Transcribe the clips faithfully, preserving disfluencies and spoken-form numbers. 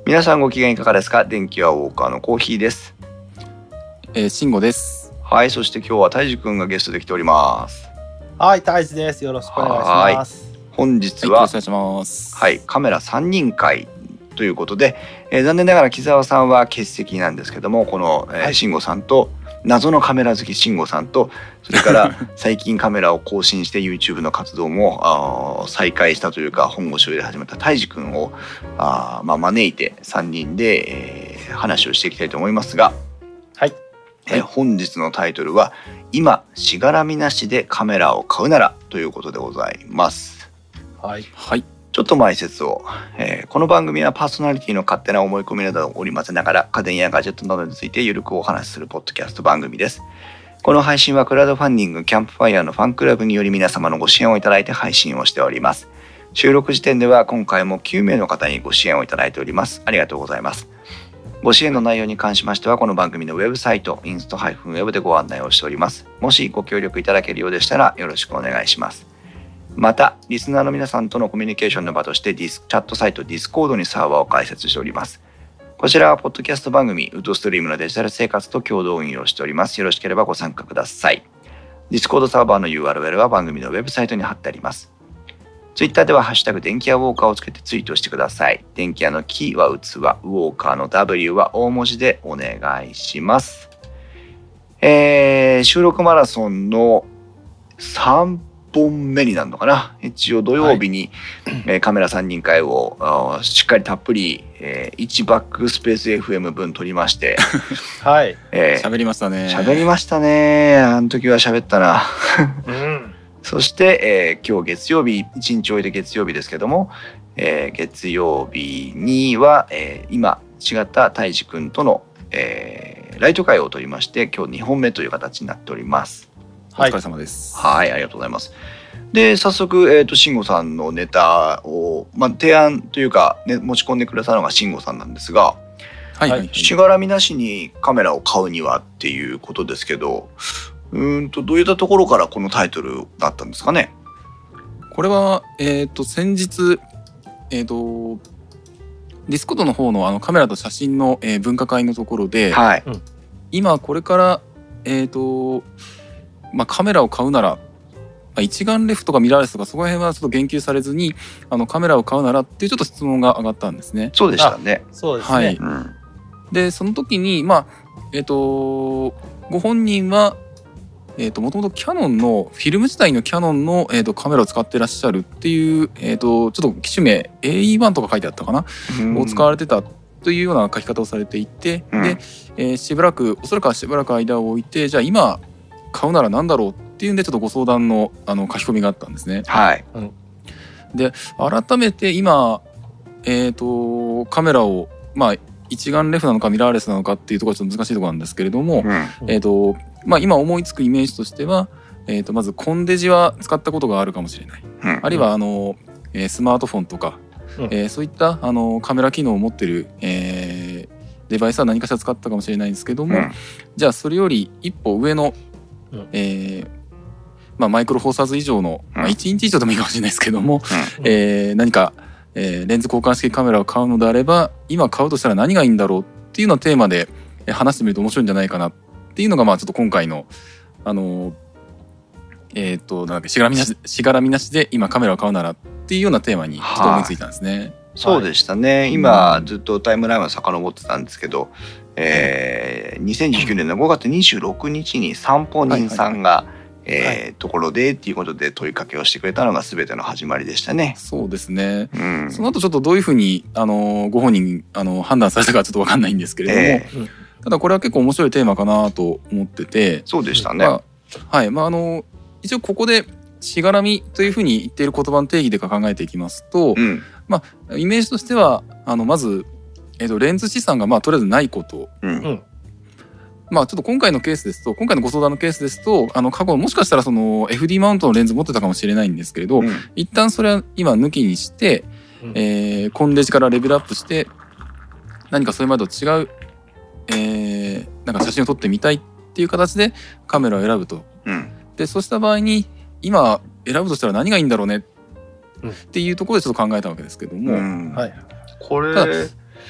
皆さんご機嫌いかがですか？電気はウォーカーのコーヒーです。 えー、慎吾です。 はい、そして今日はたいじくんがゲストで来ております。 はい、たいじです。よろしくお願いします。 本日は、 はい、よろしくお願いします。 はい、カメラさんにん会ということで、えー、残念ながら木澤さんは欠席なんですけども、この、えー、慎吾さんと謎のカメラ好き慎吾さんと、それから最近カメラを更新して YouTube の活動も再開したというか本腰を入れ始めたたいじくんをあ、まあ、招いてさんにんで、えー、話をしていきたいと思いますが、 はいえー、本日のタイトルは今しがらみなしでカメラを買うならということでございます。 はい、 はい、 ちょっと前説を、えー、この番組はパーソナリティの勝手な思い込みなどを織り交ぜながら家電やガジェットなどについてゆるくお話しするポッドキャスト番組です。この配信はクラウドファンディングキャンプファイヤーのファンクラブにより皆様のご支援をいただいて配信をしております。収録時点では今回もきゅうめいの方にご支援をいただいております。ありがとうございます。ご支援の内容に関しましてはこの番組のウェブサイトインスト -ウェブ でご案内をしております。もしご協力いただけるようでしたらよろしくお願いします。またリスナーの皆さんとのコミュニケーションの場としてディスチャットサイト Discord にサーバーを開設しております。こちらはポッドキャスト番組ウッドストリームのデジタル生活と共同運用しております。よろしければご参加ください。 Discord サーバーの ユーアールエル は番組のウェブサイトに貼ってあります。 Twitter ではハッシュタグ電気屋ウォーカーをつけてツイートしてください。電気屋のキーは器、ウォーカーの ダブリュー は大文字でお願いします。えー、収録マラソンのさんぼんめになるのかな。一応土曜日に、はいえー、カメラさんにん会をしっかりたっぷり、えー、いちバックスペース エフエム 分撮りましてはい、 えー、喋りましたね喋りましたねあの時は喋ったな、 うん、 そして、えー、今日月曜日いちにち終えて月曜日ですけども、えー、月曜日には、えー、今違ったたいじくんとの、えー、ライト会を撮りまして今日にほんめという形になっております。 お疲れ様です。 はい、はい、ありがとうございます。で、早速、えっと、慎吾さんのネタを、まあ、提案というか、ね、持ち込んでくれたのが慎吾さんなんですが、 はいはいはい、 しがらみなしにカメラを買うにはっていうことですけど、うーんと、どういったところからこのタイトルだったんですかね。 これは、えっと、先日、えっと、ディスコードの方のあのカメラと写真の、えー、分科会のところで、 はい、 今これから、えっと、まあ、カメラを買うなら、まあ、一眼レフとかミラーレスとかそこら辺はちょっと言及されずにあのカメラを買うならっていうちょっと質問が上がったんですね。 そうでしたね。 そうですね、はいうん、 でその時にまあえっ、ー、とご本人はえっ、ー、ともともとキヤノンのフィルム自体のキヤノンの、えー、とカメラを使ってらっしゃるっていう、えー、とちょっと機種名 エーイーワン とか書いてあったかな、うん、を使われてたというような書き方をされていて、うん、で、えー、しばらくおそらくはしばらく間を置いてじゃあ今買うなら何だろうっていうんでちょっとご相談 の, あの書き込みがあったんですね。 はい、 うん、で改めて今、えー、とカメラを、まあ、一眼レフなのかミラーレスなのかっていうところはちょっと難しいところなんですけれども、うんえーとまあ、今思いつくイメージとしては、えー、とまずコンデジは使ったことがあるかもしれない、うん、あるいはあの、えー、スマートフォンとか、うんえー、そういったあのカメラ機能を持ってる、えー、デバイスは何かしら使ったかもしれないんですけども、うん、じゃあそれより一歩上のうんえーまあ、マイクロフォーサーズ以上の、まあ、いちインチ以上でもいいかもしれないですけども、うんえー、何か、えー、レンズ交換式カメラを買うのであれば今買うとしたら何がいいんだろうっていうのをテーマで話してみると面白いんじゃないかなっていうのがまあちょっと今回のあのえっとなんだっけしがらみなししがらみなしで今カメラを買うならっていうようなテーマにちょっと思いついたんですね。はい、 そうでしたね。今ずっとタイムラインを遡ってたんですけど、えー、にせんじゅうきゅうねんのごがつにじゅうろくにちに散歩人さんが、はいはいはいえー、ところでっていうことで問いかけをしてくれたのが全ての始まりでしたね。 そうですね、 うん、 その後ちょっとどういうふうにあのご本人あの判断されたかちょっと分かんないんですけれども、えー、ただこれは結構面白いテーマかなと思ってて。 そうでしたね、 まあ、はいまああの一応ここでしがらみというふうに言っている言葉の定義で考えていきますと、うんまあ、イメージとしてはあのまず、えー、とレンズ資産がまあとりあえずないこと、うんまあ、ちょっと今回のケースですと今回のご相談のケースですとあの過去もしかしたらその エフディー マウントのレンズ持ってたかもしれないんですけれど、うん、一旦それは今抜きにして、うんえー、コンデジからレベルアップして何かそれまでと違う、えー、なんか写真を撮ってみたいっていう形でカメラを選ぶと、うん、でそうした場合に今選ぶとしたら何がいいんだろうねっていうところでちょっと考えたわけですけども、うんはい、これ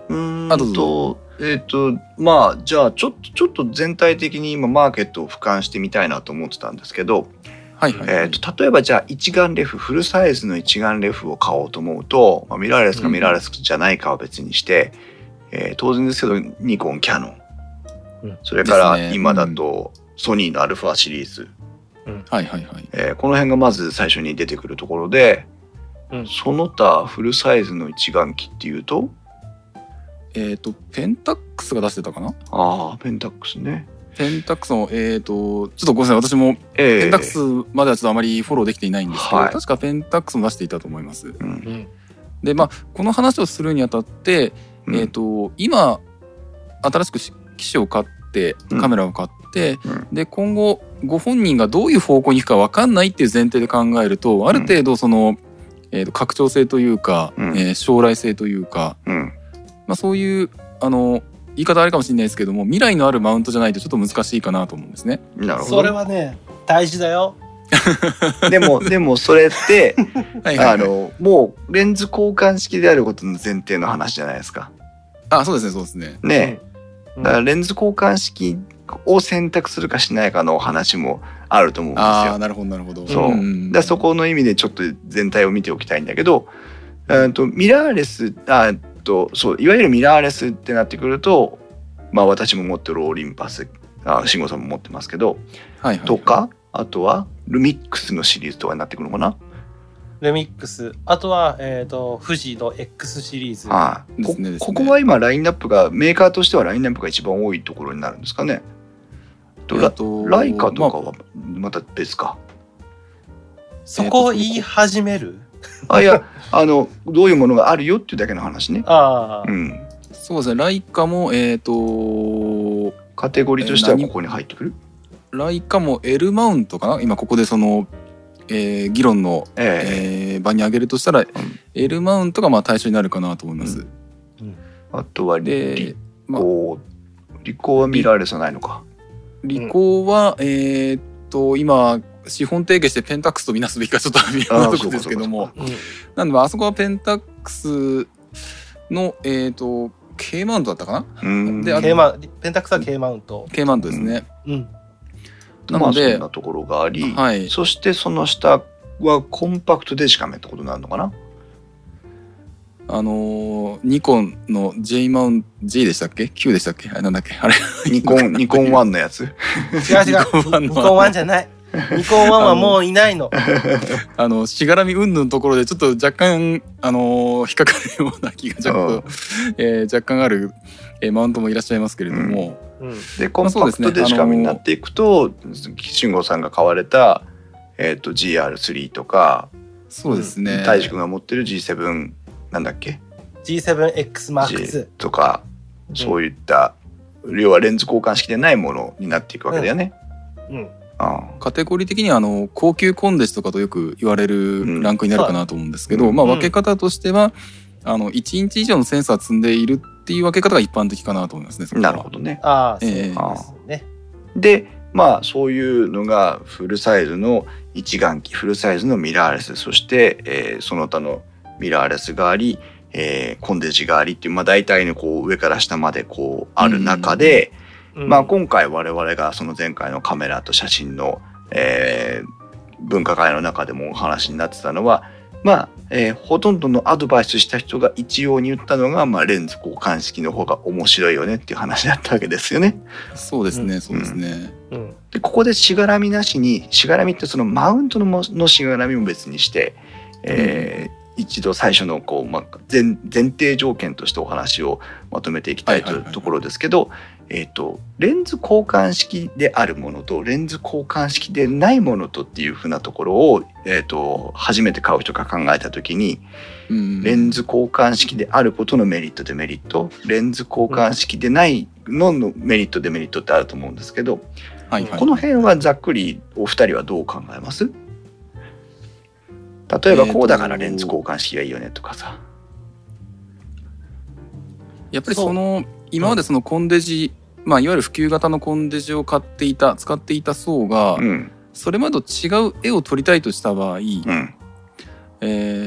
うーんとえっ、ー、とまあじゃあちょっとちょっと全体的に今マーケットを俯瞰してみたいなと思ってたんですけど、 はいはいはい、 えー、と例えばじゃあ一眼レフフルサイズの一眼レフを買おうと思うと、まあ、ミラーレスかミラーレスじゃないかは別にして、うんえー、当然ですけどニコンキヤノン、うん、それから今だとソニーのアルファシリーズ、 うんはいはいはいえー、この辺がまず最初に出てくるところで、うん、その他フルサイズの一眼機っていうとえっ、ー、とペンタックスが出してたかな。 ああペンタックスね。 ペンタックスのえっ、ー、とちょっとごめんなさい私もペンタックスまではちょっとあまりフォローできていないんですけど、はい、確かペンタックスも出していたと思います。うん、でまあこの話をするにあたって、うん、えっ、ー、と今新しく機種を買ってカメラを買って、うん、で今後ご本人がどういう方向に行くか分かんないっていう前提で考えるとある程度その、えー、と拡張性というか、うんえー、将来性というか、うんまあ、そういうあの言い方あれかもしれないですけども未来のあるマウントじゃないとちょっと難しいかなと思うんですね。 なるほど。それはね大事だよ。 でもでもそれってはいはい、はい、あのもうレンズ交換式であることの前提の話じゃないですか。 あそうですねそうですね。 ね、うん、だからレンズ交換式を選択するかしないかの話もあると思うんですよ。 あなるほどなるほど。 そう、うん、だそこの意味でちょっと全体を見ておきたいんだけど、うんとミラーレスあとそういわゆるミラーレスってなってくると、まあ私も持ってるオリンパス、あ慎吾さんも持ってますけど、はいはいはい、とかあとはルミックスのシリーズとかになってくるのかな。 ルミックス、あとはえっ、ー、と富士の X シリーズ。 ああこ, ここは今ラインナップがメーカーとしてはラインナップが一番多いところになるんですかね。とラ, ライカとかはまた別か。 そこを言い始める。 あいやあのどういうものがあるよっていうだけの話ね。 ああ、 うん、 そうですね。ライカもえっ、ー、とカテゴリーとしてはここに入ってくる。 ライカも L マウントかな。今ここでその、えー、議論の、えーえー、場に挙げるとしたら、うん、L マウントがまあ対象になるかなと思います。 うんうん、あとはリコー、リコーはミラーレスはないのか。 リコーは、うん、えー、っと今資本提携してペンタックスとみなすべきかちょっと微妙なところですけども、なんであそこはペンタックスのえー、っと K マウントだったかな。 で K マペンタックスは K マウント K マウントですね。 うん、なので、まあ、そんなところがあり、はい、そしてその下はコンパクトデジカメってことになるのかな。 あのー、ニコンの J マウント J でしたっけ Q でしたっけあれなんだっけあれニコンニコンワンのやつ。違う違うニコンワンじゃない。ニコンワンはもういないの。 あのしがらみ云々のところでちょっと若干あのー、引っかかるような気がちょっと、えー、若干ある、えー、マウントもいらっしゃいますけれども、 うんうん、でコンパクトデジカメになっていくと、まあね、慎吾さんが買われた、えー、と ジーアールスリー とかそうですね。 大志くんが持ってる ジーセブン なんだっけジーセブンエックスマックスとかそういった、うん、要はレンズ交換式でないものになっていくわけだよね。うん、うんカテゴリー的にはあの高級コンデジとかとよく言われるランクになるかなと思うんですけど、うんまあ、分け方としてはあのいちインチ以上のセンサー積んでいるっていう分け方が一般的かなと思いますね。 なるほどね。 ああ、そうですね。 でまあそういうのがフルサイズの一眼機フルサイズのミラーレスそして、えー、その他のミラーレスがあり、えー、コンデジがありっていう、まあ、大体のこう上から下までこうある中で、うんまあ、今回我々がその前回のカメラと写真の、えー、分科会の中でもお話になってたのは、まあえー、ほとんどのアドバイスした人が一様に言ったのが、まあ、レンズ交換式の方が面白いよねっていう話だったわけですよね。 そうですね、うん、そうですね、 うん、でここでしがらみなしにしがらみってそのマウント の, のしがらみも別にして、えーうん一度最初のこう、まあ、前, 前提条件としてお話をまとめていきたいというところですけど、えーと、レンズ交換式であるものとレンズ交換式でないものとっていうふうなところを、えーと、初めて買う人が考えた時に、うん、レンズ交換式であることのメリットデメリットレンズ交換式でないののメリットデメリットってあると思うんですけど、はいはい、この辺はざっくりお二人はどう考えます？例えばこうだからレンズ交換式がいいよねとかさ、 やっぱりその今までそのコンデジ、まあいわゆる普及型のコンデジを買っていた使っていた層が、うん、それまでと違う絵を撮りたいとした場合、うんえー、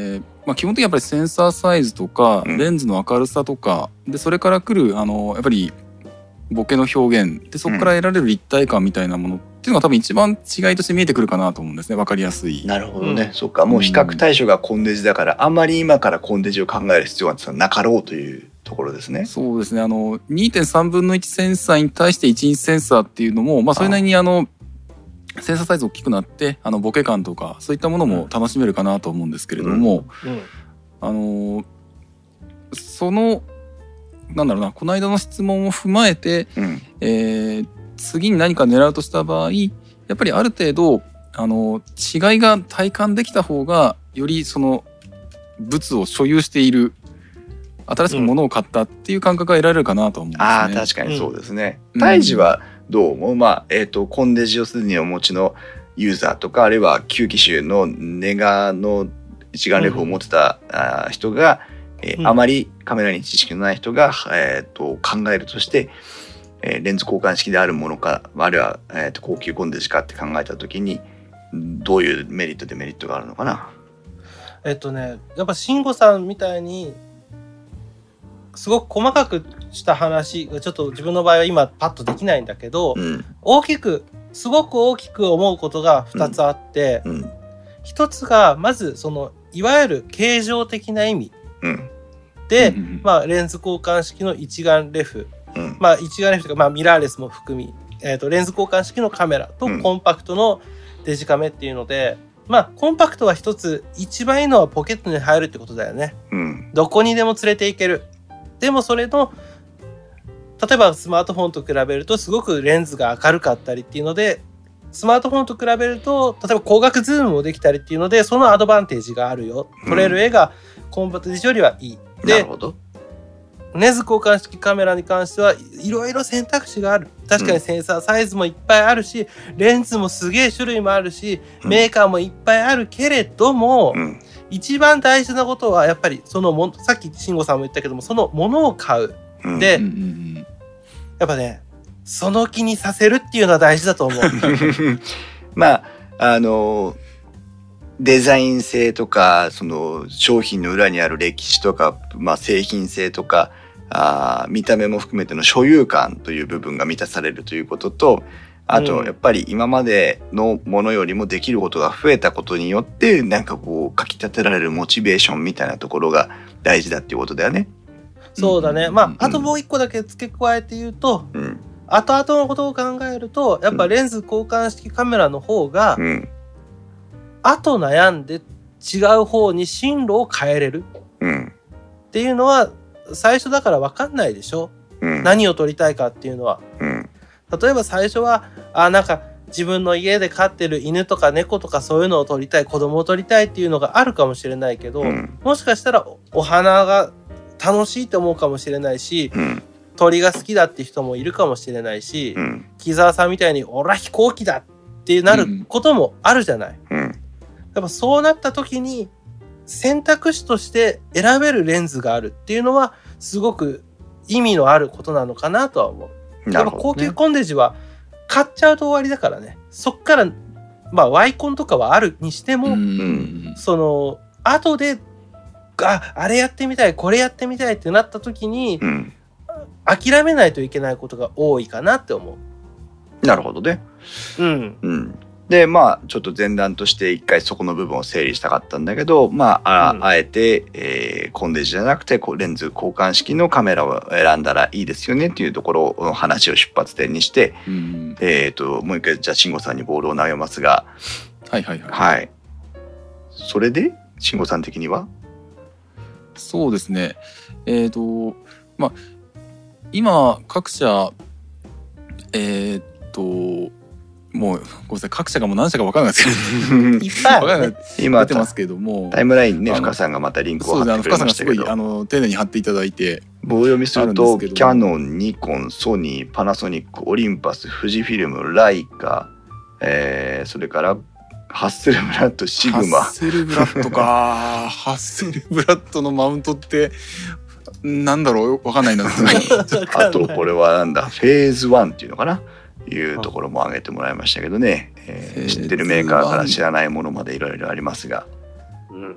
まあ、基本的にやっぱりセンサーサイズとか、 うんレンズの明るさとかでそれから来るあのやっぱりボケの表現でそこから得られる立体感みたいなものっていうのが多分一番違いとして見えてくるかなと思うんですね。分かりやすい。 なるほどね、 うんそっか、もう比較対象がコンデジだから、あんまり今からコンデジを考える必要はなかろうというところですね。 そうですね。あの にてんさんぶんのいちセンサーに対していちインチセンサーっていうのも、まあ、それなりにあのセンサーサイズ大きくなってあのボケ感とかそういったものも楽しめるかなと思うんですけれども、 うんあのそのなんだろうな、この間の質問を踏まえて、 うんえー次に何か狙うとした場合、やっぱりある程度あの違いが体感できた方がよりその物を所有している新しく物を買ったっていう感覚が得られるかなと思うんですね。 ああ確かにそうですね。 うん胎児はどう思う、まあえー、とコンデジをすでにお持ちのユーザーとか、あるいは旧機種のネガの一眼レフを持ってた、あー人が、えーうんあまりカメラに知識のない人が、えー、と考えるとして、えーレンズ交換式であるものか、あるいは、えー、と高級コンデジかって考えた時にどういうメリットデメリットがあるのかな。 えっとねやっぱ慎吾さんみたいにすごく細かくした話がちょっと自分の場合は今パッとできないんだけど、 うん大きくすごく大きく思うことがふたつあって、 うんひとつがまずそのいわゆる形状的な意味うんで、 うんうんうんまあ、レンズ交換式の一眼レフ、 うんまあ、一眼レフというか、まあ、ミラーレスも含み、えーと、レンズ交換式のカメラとうんコンパクトのデジカメっていうので、まあ、コンパクトは一つ一番いいのはポケットに入るってことだよね。 うんどこにでも連れて行ける。でもそれの例えばスマートフォンと比べるとすごくレンズが明るかったりっていうので、スマートフォンと比べると例えば光学ズームもできたりっていうので、そのアドバンテージがあるよ。撮れる絵がコンパクトよりはいい。でなるほど。 レンズ交換式カメラに関してはいろいろ選択肢がある。確かにセンサーサイズもいっぱいあるし、レンズもすげえ種類もあるし、 うんメーカーもいっぱいあるけれども、 うん一番大事なことはやっぱりそのもさっき慎吾さんも言ったけども、そのものを買う。 うんでうんうんうんやっぱね、その気にさせるっていうのは大事だと思う。 まああのデザイン性とか、その商品の裏にある歴史とか、まあ、製品性とか、あ見た目も含めての所有感という部分が満たされるということと、あとやっぱり今までのものよりもできることが増えたことによって、なんかこうかき立てられるモチベーションみたいなところが大事だっていうことだよね。 そうだね。 うんまあ、あともう一個だけ付け加えて言うと、 うん後々のことを考えると、やっぱレンズ交換式カメラの方が、 うん後悩んで違う方に進路を変えれるうんっていうのは、最初だから分かんないでしょ。 うん何を撮りたいかっていうのは。 うん例えば最初は、あ、なんか自分の家で飼ってる犬とか猫とかそういうのを撮りたい、子供を撮りたいっていうのがあるかもしれないけど、 うんもしかしたらおお花が楽しいと思うかもしれないし、 うん鳥が好きだって人もいるかもしれないし、 うん木澤さんみたいに俺は飛行機だってなることもあるじゃない。 うんやっぱそうなった時に選択肢として選べるレンズがあるっていうのはすごく意味のあることなのかなとは思う。やっぱ高級コンデジは買っちゃうと終わりだからね。そっからまあワイコンとかはあるにしても、 うんその後でああれやってみたいこれやってみたいってなった時にうん諦めないといけないことが多いかなって思う。 なるほどね。 うん。 うん、でまあちょっと前段として一回そこの部分を整理したかったんだけど、まあ あ,、 うんあえて、えーコンデジじゃなくてこうレンズ交換式のカメラを選んだらいいですよねっていうところの話を出発点にして、 うんえー、ともう一回じゃあ慎吾さんにボールを投げますが、 はいはいはい。 はい、それで慎吾さん的にはそうですね。えっ、とまあ今各社えっ、ともうごめんなさい、各社がもう何社か分からないですけどいっぱいあ分からないるね。 今出てますけれども、 タイムラインにねあの深さんがまたリンクそうですね、あのを貼ってくれ深さんがすごいましたけど、 あの丁寧に貼っていただいて、 棒読みするあるとんですけどキャノン、ニコン、ソニー、パナソニック、オリンパス、富士フィルム、ライカ、えー、それからハッセルブラッド、シグマハッセルブラッドかハッセルブラッドのマウントってなんだろう分かんないなあとこれはなんだフェーズワンっていうのかないうところも挙げてもらいましたけどね、えー知ってるメーカーから知らないものまでいろいろありますが、 うん。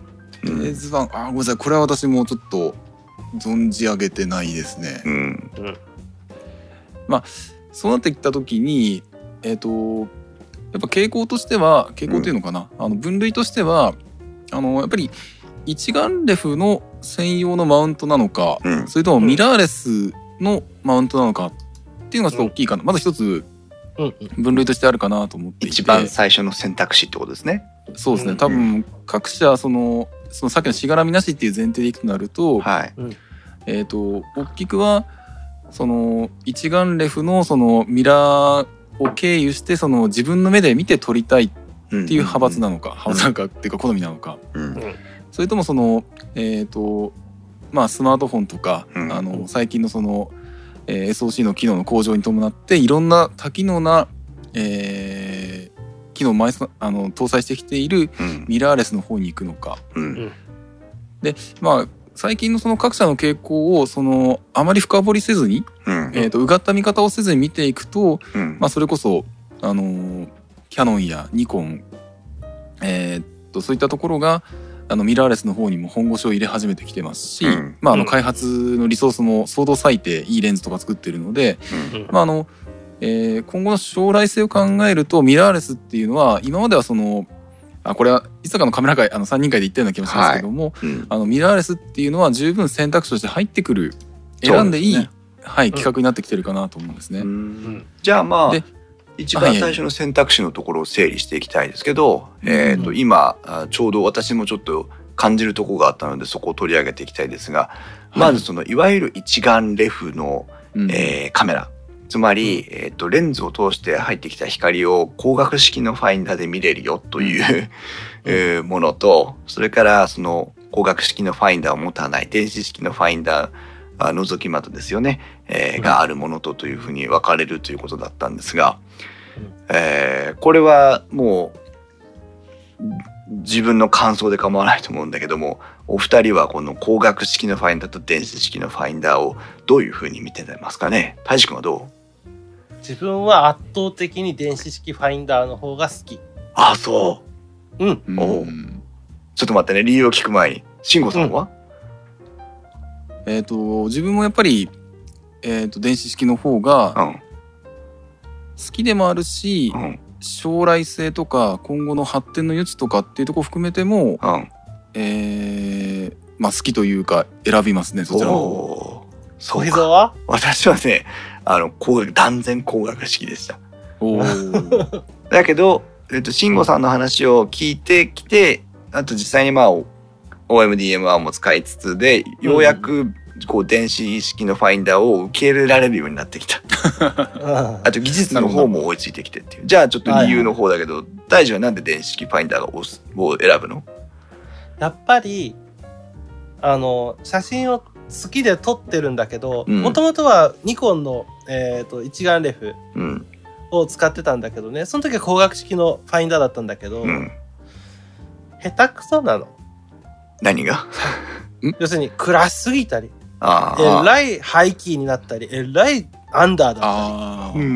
フェーズワン、あ、ごめんなさい、これは私もちょっと存じ上げてないですね。 うん、 まあそうなってきた時に、えっとやっぱ傾向としては傾向というのかな、うん、あの分類としてはあのやっぱり一眼レフの専用のマウントなのか、うん、それともミラーレスのマウントなのかっていうのがちょっと大きいかな、うん、まず一つ分類としてあるかなと思っていて、 一番最初の選択肢ってことですね。 そうですね、多分各社そのそのさっきのしがらみなしっていう前提でいくとなると、はい、えっと大きくはその一眼レフのそのミラーを経由してその自分の目で見て撮りたいっていう派閥なのか、うん、派閥なのかっていうか好みなのか、うん、それともそのえっとまあスマートフォンとか、うん、あの最近のその、えー、エスオーシー の機能の向上に伴っていろんな多機能な、えー、機能を毎あの搭載してきているミラーレスの方に行くのか、うん、でまあ最近のその各社の傾向をそのあまり深掘りせずに、うん、えーとうがった見方をせずに見ていくと、うん、まあそれこそあのー、キャノンやニコン、えー、とそういったところがあのミラーレスの方にも本腰を入れ始めてきてますし、うん、まああの開発のリソースも相当割いていいレンズとか作ってるので、うん、まああの、えー、今後の将来性を考えるとミラーレスっていうのは今まではそのあこれはいつかのカメラ会あのさんにん会で言ったような気もしますけども、はいうん、あのミラーレスっていうのは十分選択肢として入ってくる選んでいい、ねはい、企画になってきてるかなと思うんですね。うん、 じゃあまあ一番最初の選択肢のところを整理していきたいですけど、はいはい、えーと今ちょうど私もちょっと感じるところがあったのでそこを取り上げていきたいですが、はい、まずそのいわゆる一眼レフの、うんえー、カメラつまり、えー、とレンズを通して入ってきた光を光学式のファインダーで見れるよという、えー、ものと、それからその光学式のファインダーを持たない電子式のファインダーあ覗き窓ですよね、えー、があるものとというふうに分かれるということだったんですが、えー、これはもう自分の感想で構わないと思うんだけども、お二人はこの光学式のファインダーと電子式のファインダーをどういうふうに見てますかね。大志くんはどう？ 自分は圧倒的に電子式ファインダーの方が好き。 ああそう。 うん。 おうちょっと待ってね、理由を聞く前に慎吾さんは？ うん、えっ、ー、と自分もやっぱりえっ、ー、と電子式の方が好きでもあるし、うん、将来性とか今後の発展の余地とかっていうところを含めても、うん、えー、まあ好きというか選びますねそちらの方。 そうか。は私はねあの光断然光学式でした。おだけど、えっと、慎吾さんの話を聞いてきて、あと実際にまあ オーエムディーエムワン も使いつつでようやくこう電子式のファインダーを受け入れられるようになってきたあと技術の方も追いついてきてっていう。じゃあちょっと理由の方だけど、大志はなんで電子式ファインダーを選ぶの？ やっぱりあの写真を好きで撮ってるんだけど、もともとはニコンの、えー、と一眼レフを使ってたんだけどね、その時は光学式のファインダーだったんだけど、うん、下手くそなの。 何が？ 要するに暗すぎたり、あえらいハイキーになったり、えらいアンダーだったり、うん、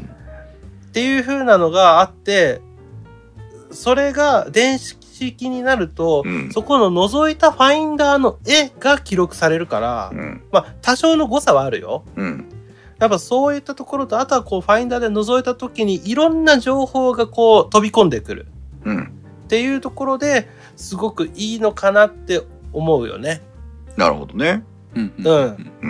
っていう風なのがあって、それが電子式になると、うん、そこの覗いたファインダーの絵が記録されるから、うん、まあ多少の誤差はあるよ、うん、やっぱそういったところと、あとはこうファインダーで覗いた時にいろんな情報がこう飛び込んでくる、うん、っていうところですごくいいのかなって思うよね。 なるほどね。うんうん。うん。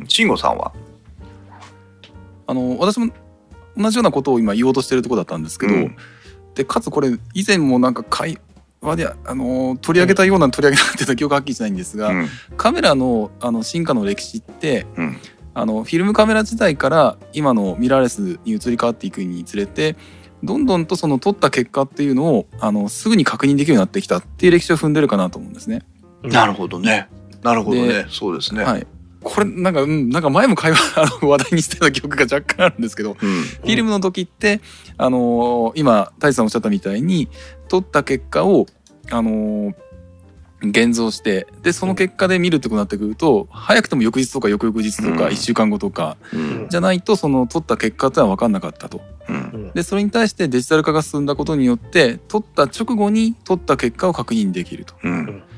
慎吾さんは？ あの私も同じようなことを今言おうとしてるところだったんですけど、うん、でかつこれ以前もなんか会話であの取り上げたような取り上げたっていう記憶ははっきりしないんですが、うん、カメラのあの進化の歴史って、うん、あのフィルムカメラ時代から今のミラーレスに移り変わっていくにつれて、どんどんとその撮った結果っていうのをあのすぐに確認できるようになってきたっていう歴史を踏んでるかなと思うんですね。 なるほどね。なるほどね。そうですね。 はい。これなんか、うん、なんか前も会話あの話題にしたような記憶が若干あるんですけど、うん、フィルムの時ってあのー、今太一さんおっしゃったみたいに撮った結果をあのー、現像して、でその結果で見るってことになってくると、早くても翌日とか翌々日とかいっしゅうかんごとか、うん、じゃないとその撮った結果ってのは分かんなかったと。うん、でそれに対してデジタル化が進んだことによって撮った直後に撮った結果を確認できると。うんっ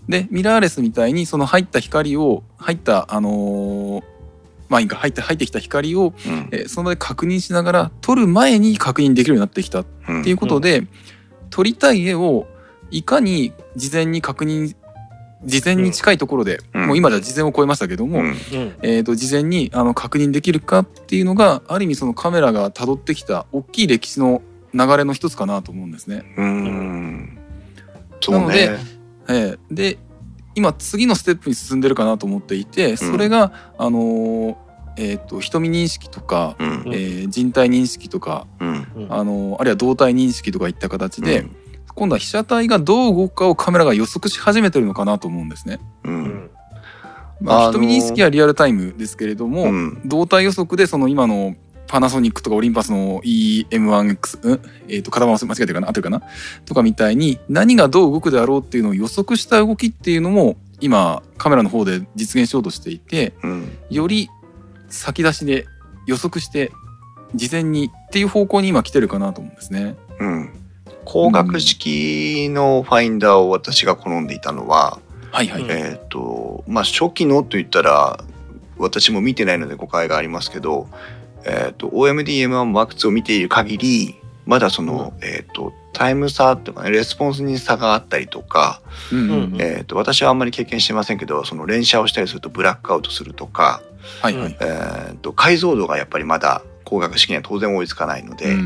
でミラーレスみたいにその入った光を入ったあのー、まあいいか入って入ってきた光を、うん、えー、その場で確認しながら撮る前に確認できるようになってきたっていうことで、うん、撮りたい絵をいかに事前に確認事前に近いところで、うん、もう今じゃ事前を超えましたけども、うん、えー、と事前にあの確認できるかっていうのがある意味そのカメラが辿ってきた大きい歴史の流れの一つかなと思うんですね。 うーん、 なので、えー、で今次のステップに進んでるかなと思っていて、それが、うん、あのーえー、と瞳認識とか、うん、えー、人体認識とか、うん、あのー、あるいは動体認識とかいった形で、うん、今度は被写体がどう動くかをカメラが予測し始めてるのかなと思うんですね。うん、まあ、瞳認識はリアルタイムですけれども、うん、動体予測でその今のパナソニックとかオリンパスの イーエムワンエックス、うん、えっ、ー、と、型番間違えてるかな合ってるかなとかみたいに何がどう動くであろうっていうのを予測した動きっていうのも今カメラの方で実現しようとしていて、うん、より先出しで予測して事前にっていう方向に今来てるかなと思うんですね。 うん、光学式のファインダーを私が好んでいたのは、 はいはい、 えっとまあ初期のと言ったら私も見てないので誤解がありますけど、えっと オーエムディーエムワン マークツーを見ている限りまだその、うん、えっとタイム差とかねレスポンスに差があったりとか、うんうん、えっと私はあんまり経験してませんけど、その連写をしたりするとブラックアウトするとか、はいはい、えっと解像度がやっぱりまだ光学式には当然追いつかないので、うん、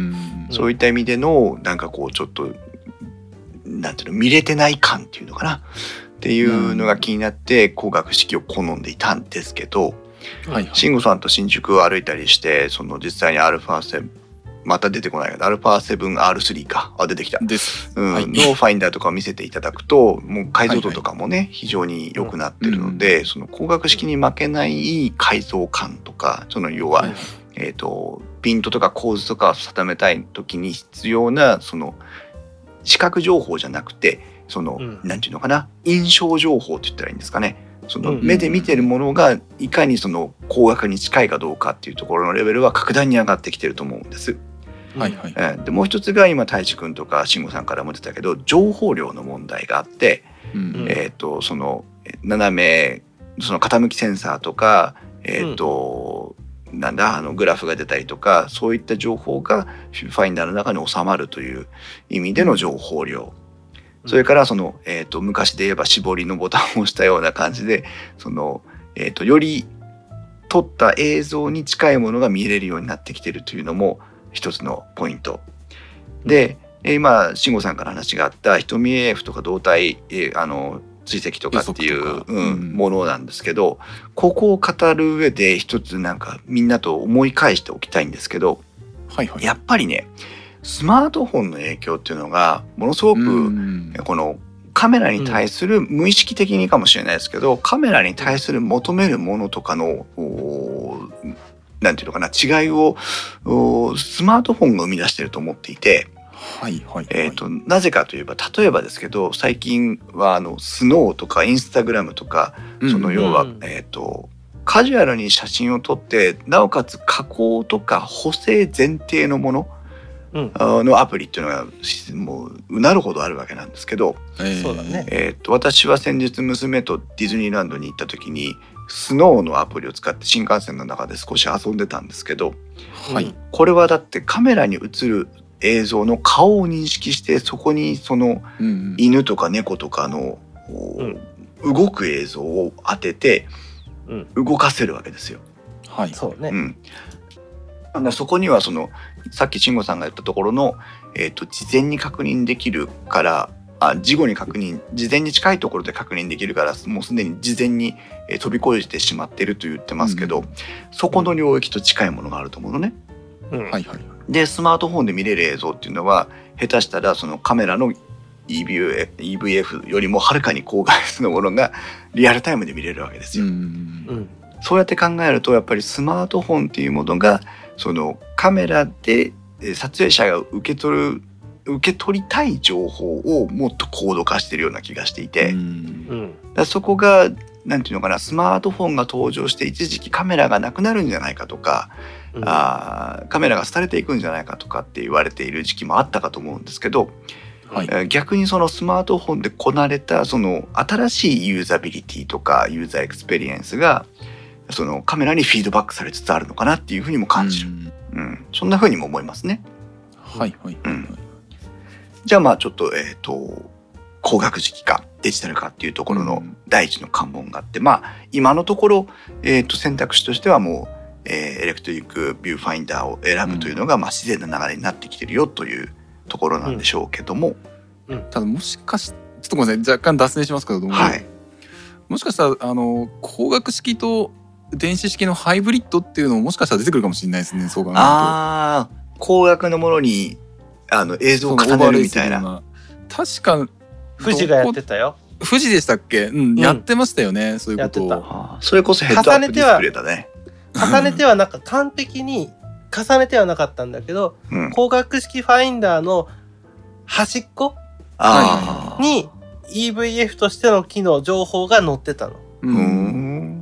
そういった意味でのなんかこうちょっとなんていうの見れてない感っていうのかなっていうのが気になって光学式を好んでいたんですけど、はいはい、慎吾さんと新宿を歩いたりしてその実際に アルファセブン また出てこないけど アルファセブンアールスリー かあ出てきたです、うん、はい、のファインダーとかを見せていただくともう解像度とかもね、はいはい、非常に良くなってるので、うん、その光学式に負けない解像感とかその要は、はい、えーと、ピントとか構図とかを定めたい時に必要なその視覚情報じゃなくてその、うん、なんていうのかな印象情報って言ったらいいんですかね、その目で見てるものがいかにその光学に近いかどうかっていうところのレベルは格段に上がってきてると思うんです。はいはい、えー、でもう一つが今太一くんとか慎吾さんからも出たけど情報量の問題があって、うん、えーと、その斜めその傾きセンサーとか、えーとうん、なんだあのグラフが出たりとかそういった情報がファインダーの中に収まるという意味での情報量、うん、それからその、えーと、昔で言えば絞りのボタンを押したような感じでその、えーと、より撮った映像に近いものが見れるようになってきているというのも一つのポイントで、今慎吾さんから話があった瞳 エーエフ とか動体あの追跡とかっていう、うん、ものなんですけど、ここを語る上で一つなんかみんなと思い返しておきたいんですけど、はいはい、やっぱりねスマートフォンの影響っていうのがものすごくこのカメラに対する無意識的にかもしれないですけど、カメラに対する求めるものとかのなんていうのかな違いをスマートフォンが生み出していると思っていて、はいはいはい、えーと、なぜかといえば例えばですけど最近はあのスノーとかインスタグラムとかその要は、うん、えーと、カジュアルに写真を撮ってなおかつ加工とか補正前提のもののアプリっていうのがもううなるほどあるわけなんですけど、えーそうだねえーと、私は先日娘とディズニーランドに行った時にスノーのアプリを使って新幹線の中で少し遊んでたんですけど、はい、これはだってカメラに映る映像の顔を認識してそこにその犬とか猫とかの、うん、動く映像を当てて動かせるわけですよ。はい、そうね。うん、そこにはそのさっき慎吾さんが言ったところの、えーと、事前に確認できるからあ事後に確認事前に近いところで確認できるからもうすでに事前に、えー、飛び越えてしまっていると言ってますけど、うん、そこの領域と近いものがあると思うのね。うん、はいはい。でスマートフォンで見れる映像っていうのは下手したらそのカメラの イーブイエフ イーブイエフ よりもはるかに高画質のものがリアルタイムで見れるわけですよ。うん、そうやって考えるとやっぱりスマートフォンっていうものがそのカメラで撮影者が受け取る受け取りたい情報をもっと高度化しているような気がしていて、うん、だそこがなんていうのかなスマートフォンが登場して一時期カメラがなくなるんじゃないかとか、うん、あカメラが廃れていくんじゃないかとかって言われている時期もあったかと思うんですけど、 はい、 逆にそのスマートフォンでこなれたその新しいユーザビリティとかユーザーエクスペリエンスがそのカメラにフィードバックされつつあるのかなっていうふうにも感じる、うんうん、そんなふうにも思いますね。 はいはい、うん、 じゃあまあちょっとえっと光学式かデジタルかっていうところの第一の関門があって、うん、まあ今のところ、えー、と選択肢としてはもう、えー、エレクトリックビューファインダーを選ぶというのが、うん、まあ自然な流れになってきてるよというところなんでしょうけども、 うんうん、ただもしかしちょっとごめんなさい若干脱線しますけども、はい、もしかしたらあの光学式と電子式のハイブリッドっていうのももしかしたら出てくるかもしれないですね。そう考えるとあ光学のものにあの映像を重ねるみたいな。 確か富士がやってたよ。 富士でしたっけ、うんうん、やってましたよねそういうことを。やってた。それこそヘッドアップディスプレイだね。 重ねてはなんか完璧に重ねてはなかったんだけど、うん、光学式ファインダーの端っこに イーブイエフ としての機能情報が載ってたの。 うん、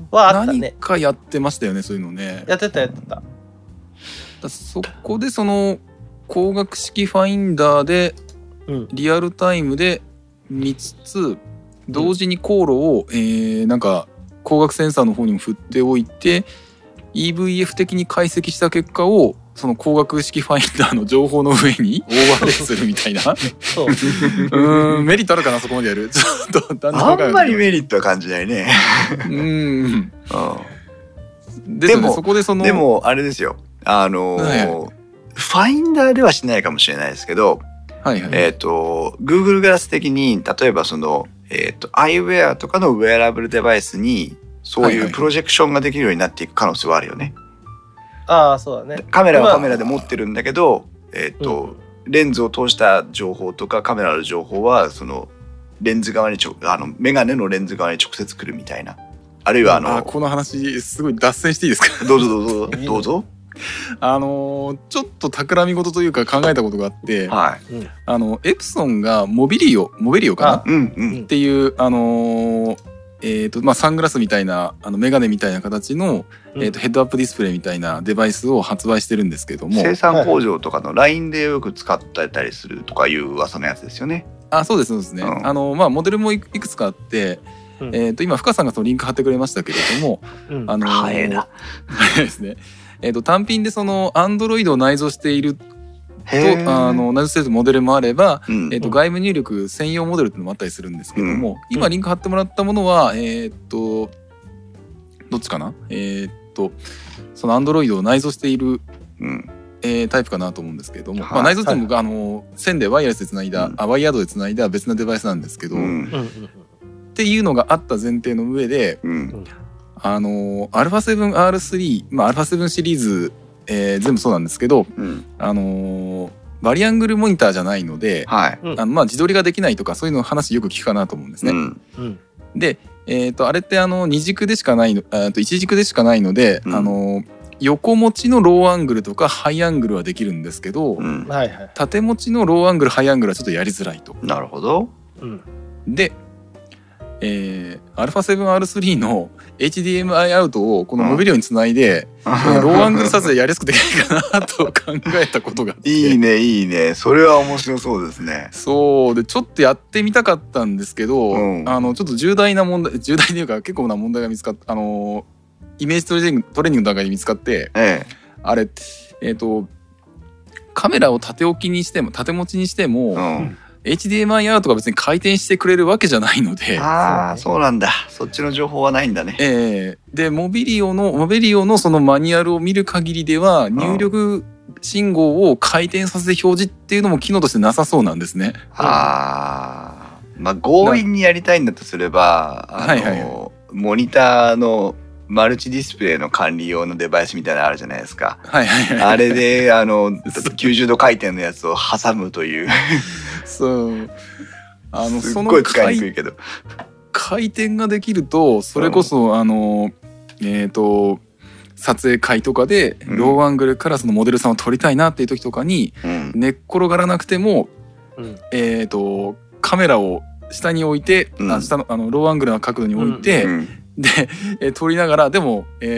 はあったね。 何かやってましたよねそういうのね。 やってたやってた。 だそこでその光学式ファインダーでリアルタイムで見つつ同時に航路を、えー、なんか光学センサーの方にも振っておいて イーブイエフ 的に解析した結果をその光学式ファインダーの情報の上にオーバーレイするみたいなそううーんメリットあるかなそこまでやるちょっとだんだんあんまりメリットは感じないねうんで, でもそこでそのでもあれですよあのーはい、ファインダーではしないかもしれないですけど、 はいはい、 えっ、ー、と Google グラス的に例えばそのえっ、ー、とアイウェアとかのウェアラブルデバイスにそういうプロジェクションができるようになっていく可能性はあるよね。 ああそうだね。 カメラはカメラで持ってるんだけど、えっ、ー、と、うん、レンズを通した情報とかカメラの情報はそのレンズ側にちょあのメガネのレンズ側に直接来るみたいな。あるいはあのあこの話すごい脱線していいですか。 どうぞどうぞどうぞ。 あのー、ちょっと企み事というか考えたことがあって、 はい、 あのエプソンがモビリオモビリオかな、 うんうん、 っていうあのーえーとまあ、サングラスみたいなあのメガネみたいな形の、うんえーとヘッドアップディスプレイみたいなデバイスを発売してるんですけども、 生産工場とかのラインでよく使ってたりするとかいう噂のやつですよね。 あそうですそうですね、うんあのまあ、モデルもいくつかあって、うんえー、と今深さんがそのリンク貼ってくれましたけれども、 うんあのー、早いな早いですね。えー、と単品でその Android を内蔵しているとあの内蔵しているモデルもあれば、うんえー、と外部入力専用モデルっていうのもあったりするんですけども、うん、今リンク貼ってもらったものは、えー、とどっちかなえー、とその Android を内蔵している、 うんえー、タイプかなと思うんですけども、はいまあ、内蔵っていうのも、はい、あの線でワイヤレスでつないだ、うん、あワイヤードでつないだ別なデバイスなんですけど、うん、っていうのがあった前提の上で、 うんあの アルファセブンアールスリー、まあ、アルファセブンシリーズ、えー、全部そうなんですけど、 うん、 あのバリアングルモニターじゃないので、 はい、 あのまあ、自撮りができないとかそういうの話よく聞くかなと思うんですね。 うんうん、 で、えー、とあれってあのに軸でしかないのあといち軸でしかないので、うん、あの横持ちのローアングルとかハイアングルはできるんですけど、 うん縦持ちのローアングルハイアングルはちょっとやりづらいと。 なるほど、 うん、 でえー、アルファセブンアールスリー の エイチディーエムアイ アウトをこのモビリオにつないで、うん、ローアングル撮影やりやすくできないかなと考えたことがあっていいねいいねそれは面白そうですね。 そうでちょっとやってみたかったんですけど、 うん、 あのちょっと重大な問題重大というか結構な問題が見つかったあのイメージトレーニングトレーニングの段階で見つかって、 ええ、 あれえっ、ー、とカメラを縦置きにしても縦持ちにしても、 うんエイチディーエムアイ アウトが別に回転してくれるわけじゃないので、 ああそうなんだそっちの情報はないんだね。 えー、でモビリオのモビリオのそのマニュアルを見る限りでは入力信号を回転させて表示っていうのも機能としてなさそうなんですね。 ああまあ強引にやりたいんだとすればあの、 はいはいはい、 モニターのマルチディスプレイの管理用のデバイスみたいなのあるじゃないですか。 はいはいはい、 あれであのきゅうじゅうど回転のやつを挟むというそうあのすっごい使いにくいけど回転ができるとそれこそ、うん、あのえっ、ー、と撮影会とかでローアングルからそのモデルさんを撮りたいなっていう時とかに、うん、寝っ転がらなくても、うん、えっ、ー、とカメラを下に置いて、うん、あ下のあのローアングルな角度に置いて、 うんうん、 で、えー、撮りながらでも、えー、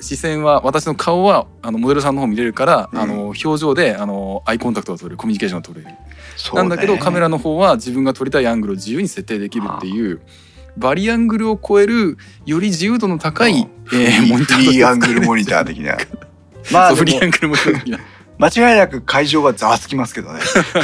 視線は私の顔はあのモデルさんの方見れるから、 うん、 あの表情であのアイコンタクトが取れる、コミュニケーションが取れる、 そうね、 なんだけどカメラの方は自分が撮りたいアングルを自由に設定できるっていう、バリアングルを超えるより自由度の高い、えー、モニターとして使える。 フリーアングルモニター的なまあフリーアングルモニター的な間違いなく会場はざわつきますけどね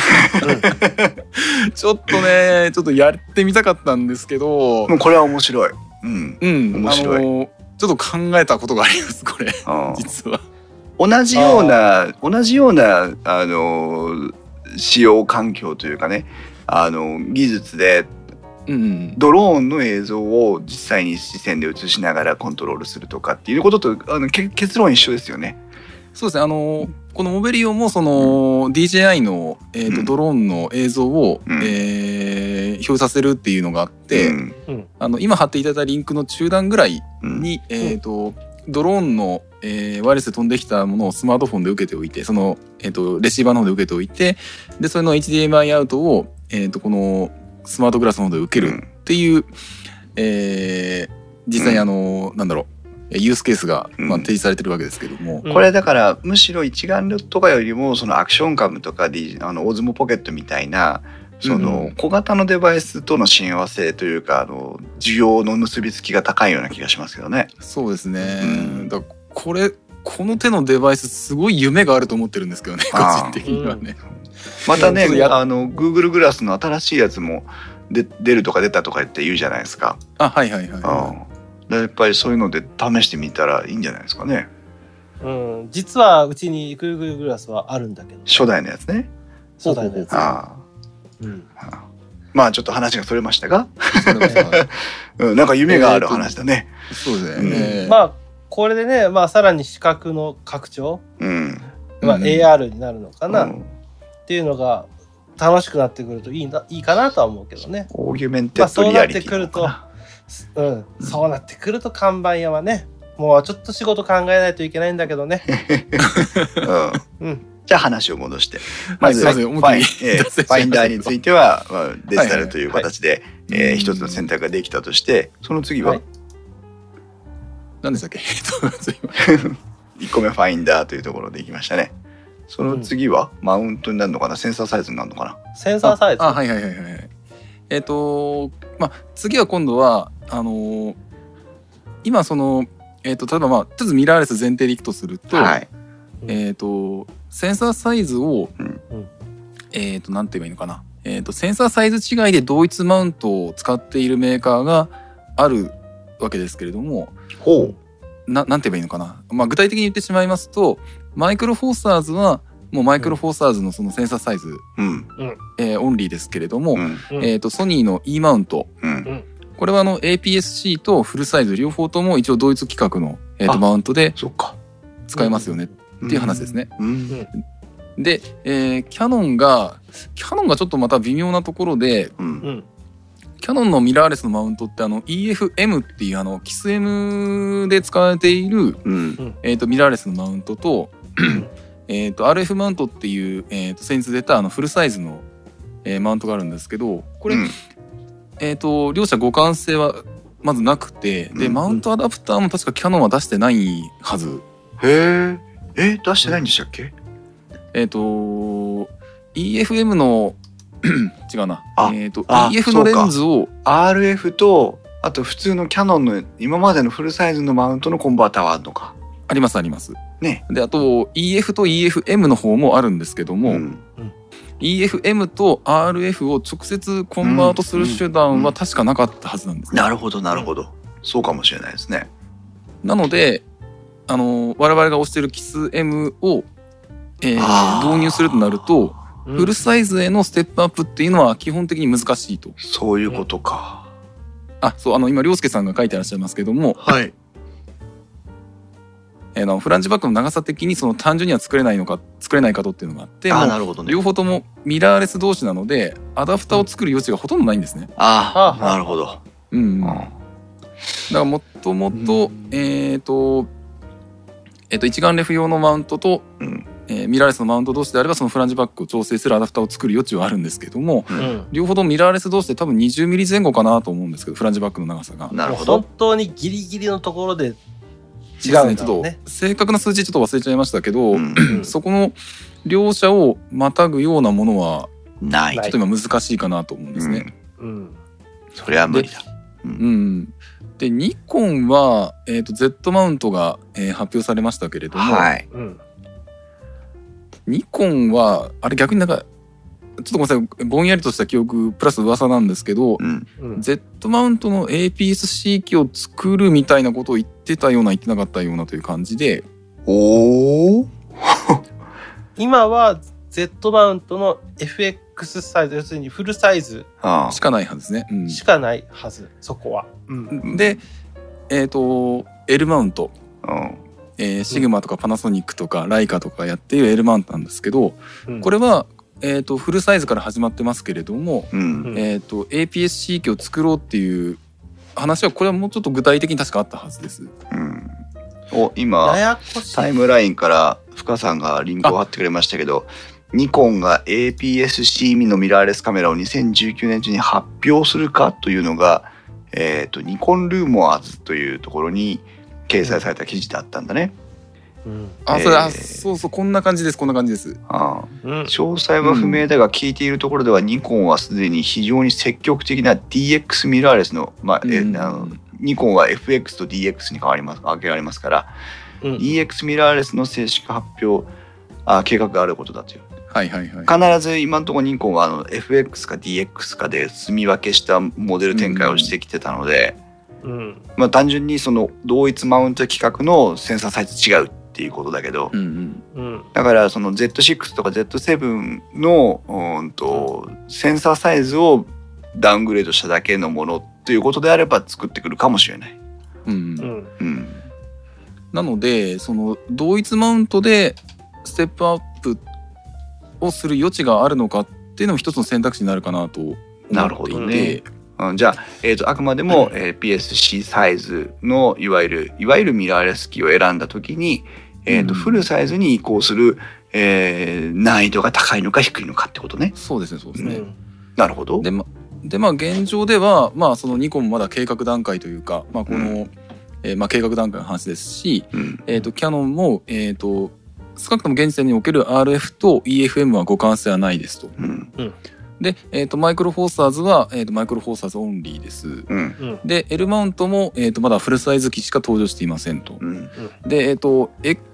ちょっとねちょっとやってみたかったんですけど、 もうこれは面白い。うん、 うん、 面白い。 あのちょっと考えたことがありますこれ実は。 同じような同じようなあの使用環境というかね、あの技術でドローンの映像を実際に視線で映しながらコントロールするとかっていうこととあの結論一緒ですよね。 そうですね、あのこのモベリオもその、うん、ディージェーアイ の、えーとうん、ドローンの映像を、うんえー、表示させるっていうのがあって、うん、あの今貼っていただいたリンクの中段ぐらいに、うんえーと、ドローンの、えー、ワイヤレスで飛んできたものをスマートフォンで受けておいて、その、えーと、レシーバーの方で受けておいて、でそれの エイチディーエムアイ アウトを、えーと、このスマートグラスの方で受けるっていう、うんえー、実際にあの、うん、なんだろうユースケースが、まあ、提示されてるわけですけども、 うん、これだからむしろ一眼レフとかよりもそのアクションカムとかであのオズモポケットみたいなその小型のデバイスとの親和性というかあの需要の結びつきが高いような気がしますけどね。 そうですね、うん、だこれこの手のデバイスすごい夢があると思ってるんですけどね個人的にはね、うん、 またねあの Google グラスの新しいやつもで出るとか出たとか言って言うじゃないですか。 あはいはいはい、はいやっぱりそういうので試してみたらいいんじゃないですかね。 うん、実はうちに Google グラスはあるんだけど、ね、 初代のやつね。 初代のやつ。 ああ、うん、まあちょっと話がそれましたが、うん、なんか夢がある話だね。 えー、そうですね、 うんえー。まあこれでね、まあさらに視覚の拡張、うんまあ、エーアール になるのかな、うん、っていうのが楽しくなってくるといいんだいいかなとは思うけどね。 オーギュメンテッドリアリティまあ、そうなってくると。うん、そうなってくると看板屋はねもうちょっと仕事考えないといけないんだけどね、 うんうん、じゃあ話を戻してまず、はい、ファイン、えー、ファインダーについては、まあ、デジタルという形で、はいはいはいえー、一つの選択ができたとしてその次は、はい、 何でしたっけいっこめファインダーというところでいきましたね。その次は、うん、マウントになるのかなセンサーサイズになるのかなセンサーサイズああはいはいはいはいえっ、ー、とまあ次は今度はあのー、今その、えー、と例えばまあとりあえずミラーレス前提でいくとすると、はい、えっ、ー、とセンサーサイズを、うん、えっ、ー、となんて言えばいいのかな、えー、とセンサーサイズ違いで同一マウントを使っているメーカーがあるわけですけれども、 ほうななんて言えばいいのかな、まあ、具体的に言ってしまいますとマイクロフォーサーズはもうマイクロフォーサーズのそのセンサーサイズ、うんえー、オンリーですけれども、うんえー、とソニーの E マウント、うん、これはあの エーピーエスシー とフルサイズ両方とも一応同一規格の、えー、とマウントで使えますよねっていう話ですね。うんうん、で、えー、キヤノンがキヤノンがちょっとまた微妙なところで、うん、キヤノンのミラーレスのマウントってあの イーエフエム っていうあのキス M で使われている、うんえー、とミラーレスのマウントとえー、と アールエフ マウントっていう、えー、と先日出たあのフルサイズの、えー、マウントがあるんですけどこれ、うんえー、と両者互換性はまずなくてで、うん、マウントアダプターも確かキヤノンは出してないはず。 へええ出してないんでしたっけ。 えっ、ー、と イーエフエム の違うなえっ、ー、と イーエフ のレンズをアールエフ とあと普通のキヤノンの今までのフルサイズのマウントのコンバーターはあるのか。 ありますあります。 ね、 であと イーエフ と イーエフエム の方もあるんですけども、うん、イーエフエム と アールエフ を直接コンバートする手段は確かなかったはずなんです、ねうんうんうん、なるほどなるほどそうかもしれないですね。 なのであの我々が推している キス M を、えー、導入するとなると、うん、フルサイズへのステップアップっていうのは基本的に難しいと。 そういうことか。 あそうあの今涼介さんが書いてらっしゃいますけども、 はいえー、のフランジバックの長さ的にその単純には作れないのか作れないかとっていうのがあってあなるほど、ね、 両方ともミラーレス同士なのでアダプターを作る余地がほとんどないんですね。 うん、ああなるほど。 うん、うん、だからもともとえっ、ー、とえっ、ー、と一眼レフ用のマウントと、うんえー、ミラーレスのマウント同士であればそのフランジバックを調整するアダプターを作る余地はあるんですけども、うん、両方ともミラーレス同士で多分にじゅうミリ前後かなと思うんですけどフランジバックの長さがなるほど本当にギリギリのところで違うんだろうね。 ちょっと正確な数字ちょっと忘れちゃいましたけど、 うんそこの両者をまたぐようなものはない。 ちょっと今難しいかなと思うんですね。 うんうんそれは無理だ。ううんん、でニコンは、えー、と Z マウントが、えー発表されましたけれども、 はい。 うんニコンはあれ逆になんかちょっとごめんなさいぼんやりとした記憶プラス噂なんですけど、 うん。 うん Z マウントの エーピーエスシー 機を作るみたいなことを言ってたような言ってなかったようなという感じで、 おお。 今は Z マウントの エフエックス サイズ、要するにフルサイズあしかないはずですね。うんしかないはず、そこは。うんで、えっ、と L マウント、 あ。うん。 えーシグマとかパナソニックとかライカとかやっている L マウントなんですけど、 うんこれは、えー、とフルサイズから始まってますけれども、 うん。 うんえー、と エーピーエスシー 機を作ろうっていう話はこれはもうちょっと具体的に確かあったはずです。 うん。お、今ややこしい。 タイムラインから深さんがリンクを貼ってくれましたけど、ニコンが エーピーエスシー のミラーレスカメラをにせんじゅうきゅうねん中に発表するかというのが、えっとニコンルーモアーズというところに掲載された記事だったんだね。 うんあ、それ、 えーあ、そうそう、こんな感じです、こんな感じです。 ああ、 うん詳細は不明だが、聞いているところではニコンはすでに非常に積極的な ディーエックス ミラーレスの、まあえうんあのニコンは エフエックス と ディーエックス に変わります分けられますから、 うんディーエックス ミラーレスの正式発表あ計画があることだという。 はいはいはい。 必ず今のところニコンはあの エフエックス か ディーエックス かで住み分けしたモデル展開をしてきてたので、 うんまあ、単純にその同一マウント規格のセンサーサイズ違うっていうことだけど、 うんうんうんだからその ゼットシックス とか ゼットセブン のうんとセンサーサイズをダウングレードしただけのものっていうことであれば作ってくるかもしれない。 うんううんんうん、 なのでその同一マウントでステップアップをする余地があるのかっていうのも一つの選択肢になるかなと思っていて、 なるほどねうん、じゃあ、えー、とあくまでも、えー、ピーエスシー サイズのいわゆるいわゆるミラーレス機を選んだ時に、えーとうんフルサイズに移行する、えー難易度が高いのか低いのかってことね。 そうですねそうですね。 うんなるほど。 でまでまあ現状ではまあそのニコンもまだ計画段階というか、まあこの、 うえーまあ計画段階の話ですし、 うんえっ、とキヤノンもえっ、と少なくとも現時点における アールエフ と イーエフエム は互換性はないですと。 うんで、えー、とマイクロフォーサーズは、えー、とマイクロフォーサーズオンリーです。 うんうんで L マウントも、えー、とまだフルサイズ機しか登場していませんと。 うんでえっ、と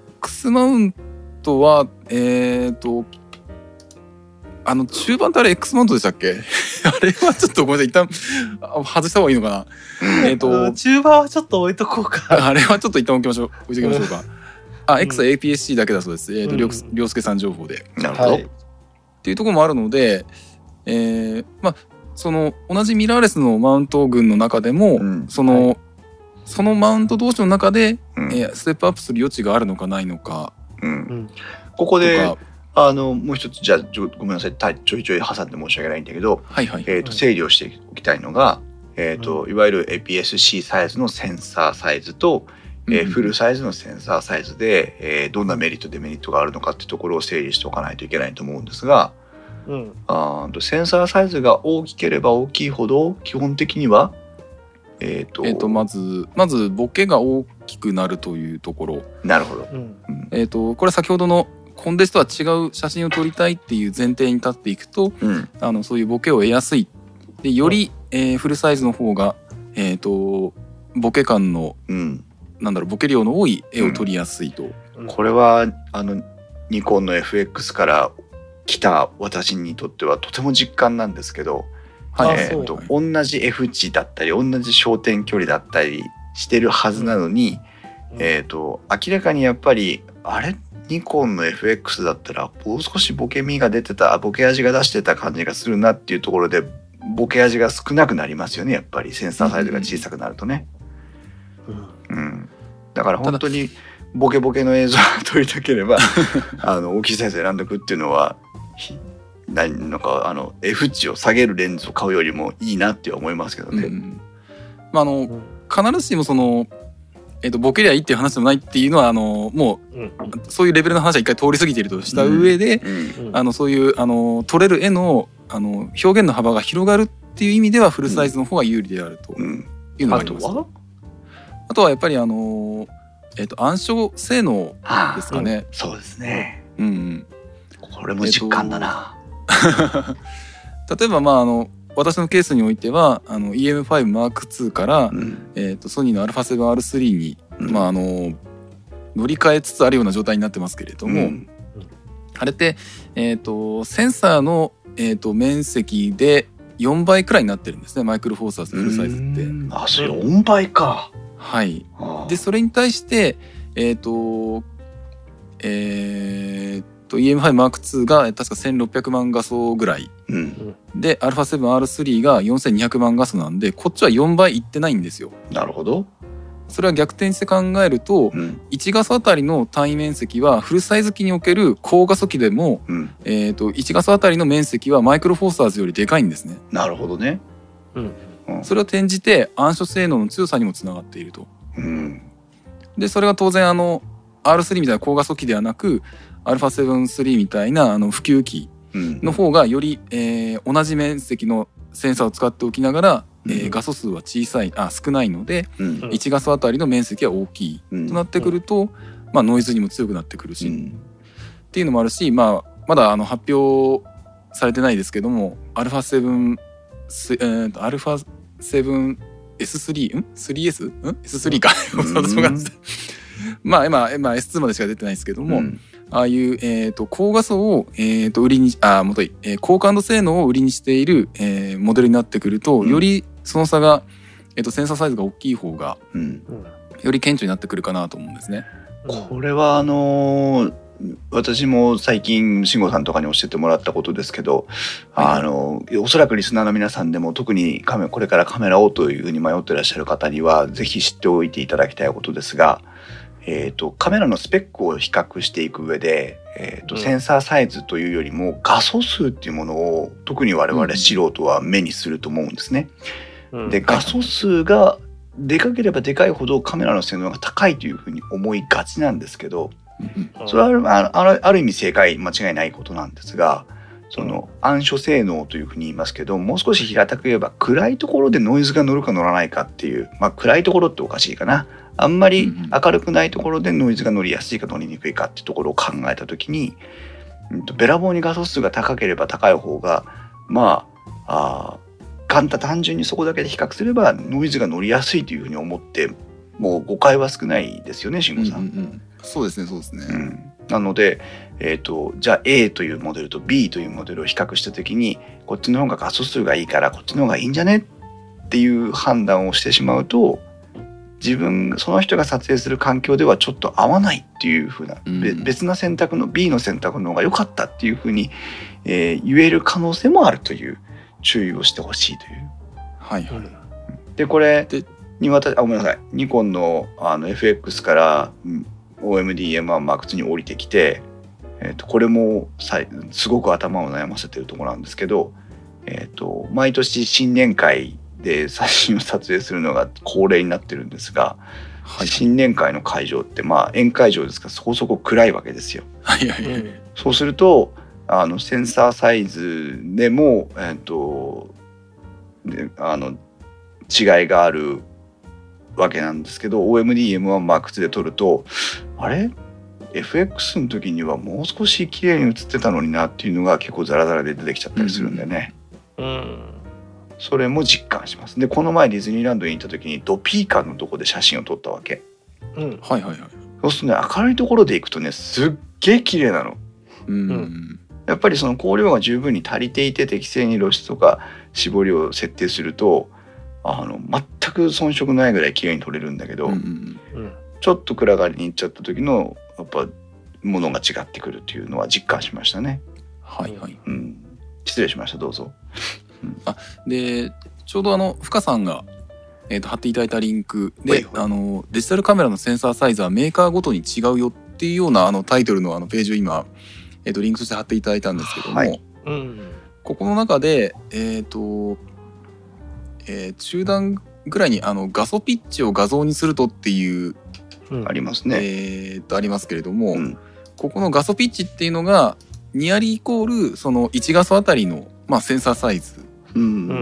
X マウントはえっ、とあの中盤ってあれ X マウントでしたっけあれはちょっとごめんなさい一旦あ外した方がいいのかな。えっ、とうん中盤はちょっと置いとこうか。 あれはちょっと一旦置きましょう置いておきましょうか。あ X は エーピーエスシー だけだそうです。えっ、とうんりょうりょうすけさん情報で。 なるほど。 はいっていうところもあるので、えーまあその同じミラーレスのマウント群の中でも、 うんその、 はそのマウント同士の中で、 うんえーステップアップする余地があるのかないのかうんうんとここでか、 あのもう一つじゃあちょごめんなさいたちょいちょい挟んで申し訳ないんだけど、 はいはい、 えー、と整理をしておきたいのが、えーといわゆる エーピーエスシー サイズのセンサーサイズと、えーうんフルサイズのセンサーサイズで、えーどんなメリットデメリットがあるのかっていうところを整理しておかないといけないと思うんですが、 うんあーとセンサーサイズが大きければ大きいほど基本的にはえっ、と,、 えー、とまずまずボケが大きくなるというところ、 なるほど。 うんうんえー、とこれは先ほどのコンデンスとは違う写真を撮りたいっていう前提に立っていくとうんあのそういうボケを得やすいでより、えーフルサイズの方が、えー、とボケ感のうん、 なんだろうボケ量の多い絵を撮りやすいと。 これはあのニコンの エフエックス から来た私にとってはとても実感なんですけど、 はいえーとはい同じ F 値だったり同じ焦点距離だったりしてるはずなのに、 うんえー、と明らかにやっぱりあれニコンの エフエックス だったらもう少しボケ味が出てたボケ味が出してた感じがするなっていうところでボケ味が少なくなりますよねやっぱりセンサーサイズが小さくなるとね、 うんうん、だから本当にボケボケの映像を撮りたければあの大きいサイズ選んでおくっていうのはひ何なんかあの F 値を下げるレンズを買うよりもいいなって思いますけどね。 うんまあ、あのうん必ずしもその、えー、とボケりゃいいっていう話でもないっていうのはあのもうんうそういうレベルの話は一回通り過ぎているとした上で、 うんうんあのそういうあの撮れる絵のあの表現の幅が広がるっていう意味ではフルサイズの方が有利であるとうんいうのがあとあります。 はあとはやっぱりあのえっと、暗証性能ですかね。 そうですね。 うんうん。 これも実感だな。 えっと、例えば、まあ、あの、私のケースにおいては、あの イーエムファイブマークツー から、うん、えっと、ソニーの アルファセブンアールスリー に、うん、まあ、あの、乗り換えつつあるような状態になってますけれども、うん、あれって、えっと、センサーの、えっと、面積でよんばいくらいになってるんですね、マイクロフォーサーズフルサイズって。 あ、それよんばいか。 はい。で、それに対して、えっと、えー、っと、イーエムファイブマークツー が確かせんろっぴゃくまん画素ぐらい。うん、で、アルファセブンアールスリー がよんせんにひゃくまん画素なんで、こっちはよんばいいってないんですよ。 なるほど。 それは逆転して考えると、うん、いち画素あたりの単位面積はフルサイズ機における高画素機でも、うん、えー、といち画素あたりの面積はマイクロフォーサーズよりでかいんですね。 なるほどね。 うんうん、それを転じて暗所性能の強さにもつながっていると。うん、でそれは当然あの アールスリー みたいな高画素機ではなく アルファセブンスリー みたいなあの普及機の方がより、えー、同じ面積のセンサーを使っておきながら、うんえー、画素数は小さいあ少ないので、うん、いち画素あたりの面積は大きい、うん、となってくると、まあ、ノイズにも強くなってくるし、うん、っていうのもあるし、まあ、まだあの発表されてないですけども アルファセブン、えー、アルファセブンエススリー ん スリーエス ん エススリー か私もがまあ今、まあ、エスツー までしか出てないですけども、うん、ああいう、えー、と高画素を、えー、と売りにあもとい、えー、高感度性能を売りにしている、えー、モデルになってくると、うん、よりその差が、えー、とセンサーサイズが大きい方が、うん、より顕著になってくるかなと思うんですね。 これはあのー、私も最近慎吾さんとかに教えてもらったことですけど、はい、あのおそらくリスナーの皆さんでも特にカメこれからカメラをというふうに迷ってらっしゃる方にはぜひ知っておいていただきたいことですが、えー、とカメラのスペックを比較していく上で、えー、とセンサーサイズというよりも画素数っていうものを特に我々素人は目にすると思うんですね。うん、で画素数がでかければでかいほどカメラの性能が高いというふうに思いがちなんですけど、それはある、ある意味正解間違いないことなんですが、その暗所性能というふうに言いますけど、もう少し平たく言えば暗いところでノイズが乗るか乗らないかっていう、まあ暗いところっておかしいかな、あんまり明るくないところでノイズが乗りやすいか乗りにくいかっていうところを考えたときに、べらぼうに画素数が高ければ高い方がまあ、あ簡単単純にそこだけで比較すればノイズが乗りやすいというふうに思って、もう誤解は少ないですよね、慎吾さん。うんうんうん、 そうですね、そうですね。うん、 なので、えーと、じゃあ A というモデルと B というモデルを比較したときに、こっちの方が画素数がいいからこっちの方がいいんじゃねっていう判断をしてしまうと、自分その人が撮影する環境ではちょっと合わないっていう風な、うん、別な選択の B の選択の方が良かったっていう風に、えー、言える可能性もあるという注意をしてほしいという。 はいはい。 でこれにわたあごめんなさいニコンのあの エフエックス から オーエムディーエムワンマークツー に降りてきて、えー、とこれもさすごく頭を悩ませてるところなんですけど、えー、と毎年新年会で写真を撮影するのが恒例になってるんですが、はい、新年会の会場ってまあ宴会場ですからそこそこ暗いわけですよ。 はいはいはい、 そうするとあのセンサーサイズでも、えー、とであの違いがあるわけなんですけど、 オーエムディーエムワンマークツー で撮るとあれ エフエックス の時にはもう少し綺麗に写ってたのになっていうのが結構ザラザラで出てきちゃったりするんでね、うんうん、それも実感します。でこの前ディズニーランドに行った時にドピーカーのとこで写真を撮ったわけ、 うん、はいはいはい。 そうするとね、明るいところで行くとねすっげえ綺麗なの、うんうん、やっぱりその光量が十分に足りていて適正に露出とか絞りを設定するとあの全く遜色ないぐらい綺麗に撮れるんだけど、うんうんうん、ちょっと暗がりに行っちゃった時のやっぱものが違ってくるっていうのは実感しましたね。 はいはい、 うん、失礼しました、どうぞ。 うん、あでちょうどあの深さんが、えー、と貼っていただいたリンクで、はいはい、あのデジタルカメラのセンサーサイズはメーカーごとに違うよっていうようなあのタイトルのあのページを今、えー、とリンクとして貼っていただいたんですけども、はい、うん、ここの中でえっ、ー、とえー、中段ぐらいにあの画素ピッチを画像にするとっていう、 うん、ありますね、 えー、とありますけれども、うん、ここの画素ピッチっていうのがニアリーイコールそのいち画素あたりの、まあ、センサーサイズうん、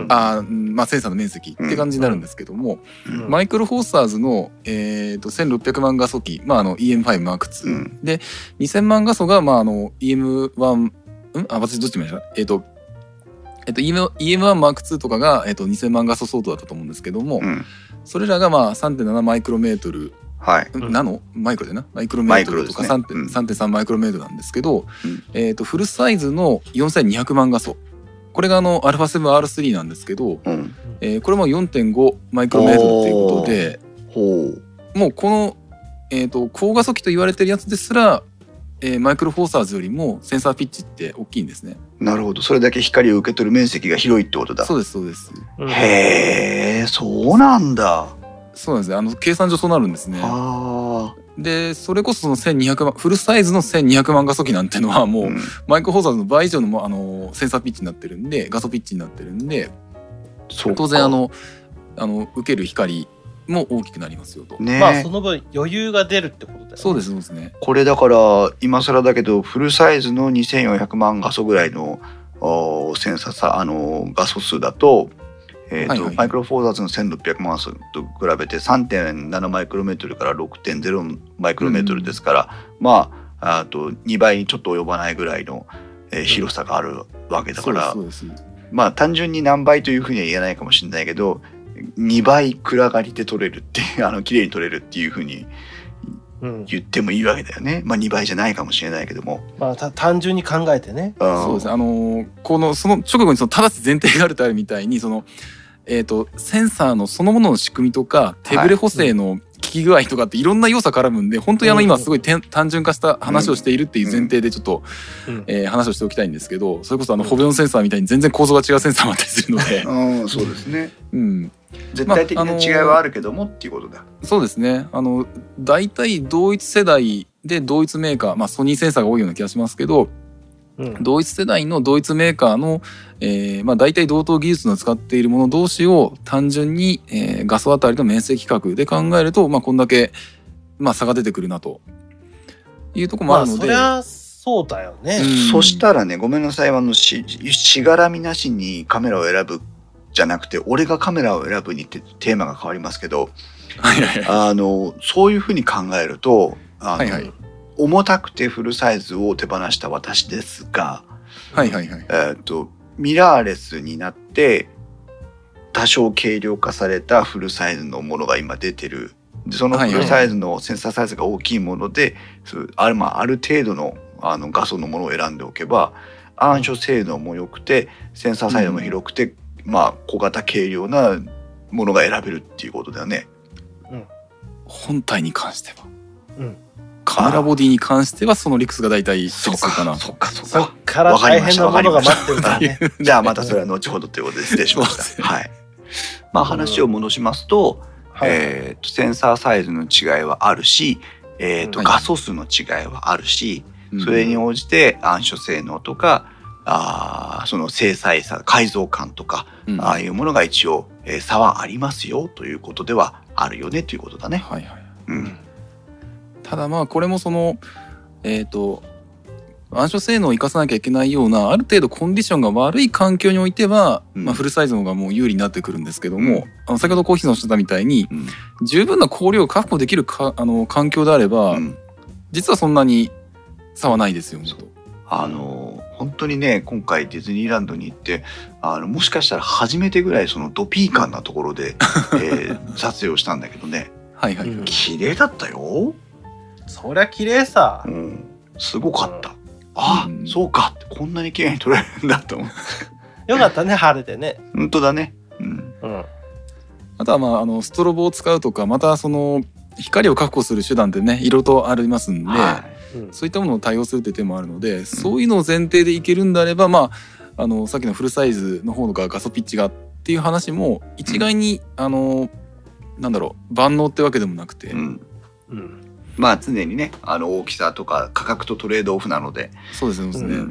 あまあ、センサーの面積って感じになるんですけども、うん、マイクロフォーサーズの、えー、とせんろっぴゃくまん画素機、まあ、あの イーエムファイブマークツー、うん、でにせんまん画素が、まあ、あの イーエムワン んあ私どっちもやったえっ、ー、とえっと イーエムワンマークツー とかが、えっと、にせんまん画素相当だったと思うんですけども、うん、それらがまあ さんてんなな マイクロメートル、はい、ナノマイクロでなマイクロメートルとか さんてんさん マイクロメートルなんですけど、うん、えっとフルサイズのよんせんにひゃくまん画素、これがあの アルファセブンアールスリー なんですけど、うん、えー、これも よんてんご マイクロメートルっていうことで、ほうもうこの、えー、と高画素機と言われてるやつですら、えー、マイクロフォーサーズよりもセンサーピッチって大きいんですね。 なるほど、それだけ光を受け取る面積が広いってことだ。 そうですそうです。 へえ、そうなんだ。 そうなんですね、あの計算上そうなるんですね。あでそれこそそのせんにひゃくまんフルサイズのせんにひゃくまん画素機なんてのはもう、うん、マイクロフォーサーズの倍以上の、あのセンサーピッチになってるんで、画素ピッチになってるんで、当然あのあの受ける光も大きくなりますよと、 ね、まあその分余裕が出るってことだよね。 そうですそうですね。 これだから今更だけどフルサイズのにせんよんひゃくまん画素ぐらいのセンサーさあの画素数だと、えーとはいはい、マイクロフォーサーズのせんろっぴゃくまんと比べて さんてんなな マイクロメートルから ろくてんゼロ マイクロメートルですから、うん、まああとにばいにちょっと及ばないぐらいの、えー、広さがあるわけだから、うん、まあ単純に何倍というふうには言えないかもしれないけどにばい暗がりで撮れるっていうあの綺麗に撮れるっていうふうに言ってもいいわけだよね、うん、まあにばいじゃないかもしれないけども、 まあ、単純に考えてね、 うん、そうですね、あのー、このその直後にそのただし前提があるとあるみたいにその、えーと、センサーのそのものの仕組みとか手ブレ補正の効き具合とかっていろんな要素絡むんで、本当にあの今すごい単純化した話をしているっていう前提でちょっと、うんえー、話をしておきたいんですけど、それこそあのホベオンセンサーみたいに全然構造が違うセンサーもあったりするのでうん、そうですね、うん絶対的な違いはあるけども、まあ、っていうことだ。 そうですね、あの大体同一世代で同一メーカー、まあ、ソニーセンサーが多いような気がしますけど、うん、同一世代の同一メーカーの、えーまあ、大体同等技術の使っているもの同士を単純に、えー、画素あたりの面積比較で考えると、まあ、こんだけ、まあ、差が出てくるなというところもあるので、 まあ、そりゃそうだよね、 うん、そしたらねごめんなさい、あのししがらみなしにカメラを選ぶじゃなくて俺がカメラを選ぶにってテーマが変わりますけどあのそういうふうに考えるとあの、はいはい、重たくてフルサイズを手放した私ですが、はいはいはいえー、とミラーレスになって多少軽量化されたフルサイズのものが今出てる。でそのフルサイズのセンサーサイズが大きいもので、はいはい、ある、まあ、ある程度の、あの画素のものを選んでおけば暗所性能も良くてセンサーサイズも広くて、うんまあ、小型軽量なものが選べるっていうことだよね、 うん、本体に関しては、うん、カメラボディに関してはその理屈が大体そうかな。そっかそっかそっから大変なものが待ってるからねじゃあまたそれは後ほどということで失礼しましたはい。まあ話を戻しますと、うんえー、とセンサーサイズの違いはあるし、えー、と画素数の違いはあるし、はい、それに応じて暗所性能とかあその精細さ改造感とか、うん、ああいうものが一応、えー、差はありますよということではあるよねということだね。はいはいうん、 ただまあこれもそのえっ、ー、と暗所性能を生かさなきゃいけないようなある程度コンディションが悪い環境においては、うんまあ、フルサイズの方がもう有利になってくるんですけども、うん、あの先ほどコーヒーさんおっしゃったみたいに、うん、十分な光量を確保できるかあの環境であれば、うん、実はそんなに差はないですよねと。 あの本当にね今回ディズニーランドに行ってあのもしかしたら初めてぐらいそのドピーカンなところで、えー、撮影をしたんだけどねはいはい、はい、綺麗だったよ。 そりゃ綺麗さ、 うん、すごかった、うん、あ、うん、そうかこんなに綺麗に撮れるんだと思ってよかったね晴れてね本当だね、うんうん、 あとはまああのストロボを使うとかまたその光を確保する手段ってねいろいろとありますんで、はいうん、そういったものを対応するって手もあるので、うん、そういうのを前提でいけるんであれば、まあ、あのさっきのフルサイズの方とか画素ピッチがっていう話も一概に、うん、あのなんだろう万能ってわけでもなくて、うんうん、まあ常にねあの大きさとか価格とトレードオフなのでそうですね、うんうん、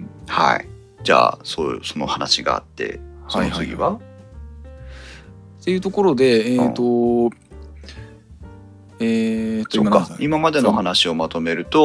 はいじゃあそうその話があってその次は、はいはい、 っていうところでえっ、ー、と、うんえー、とそうか今までの話をまとめると、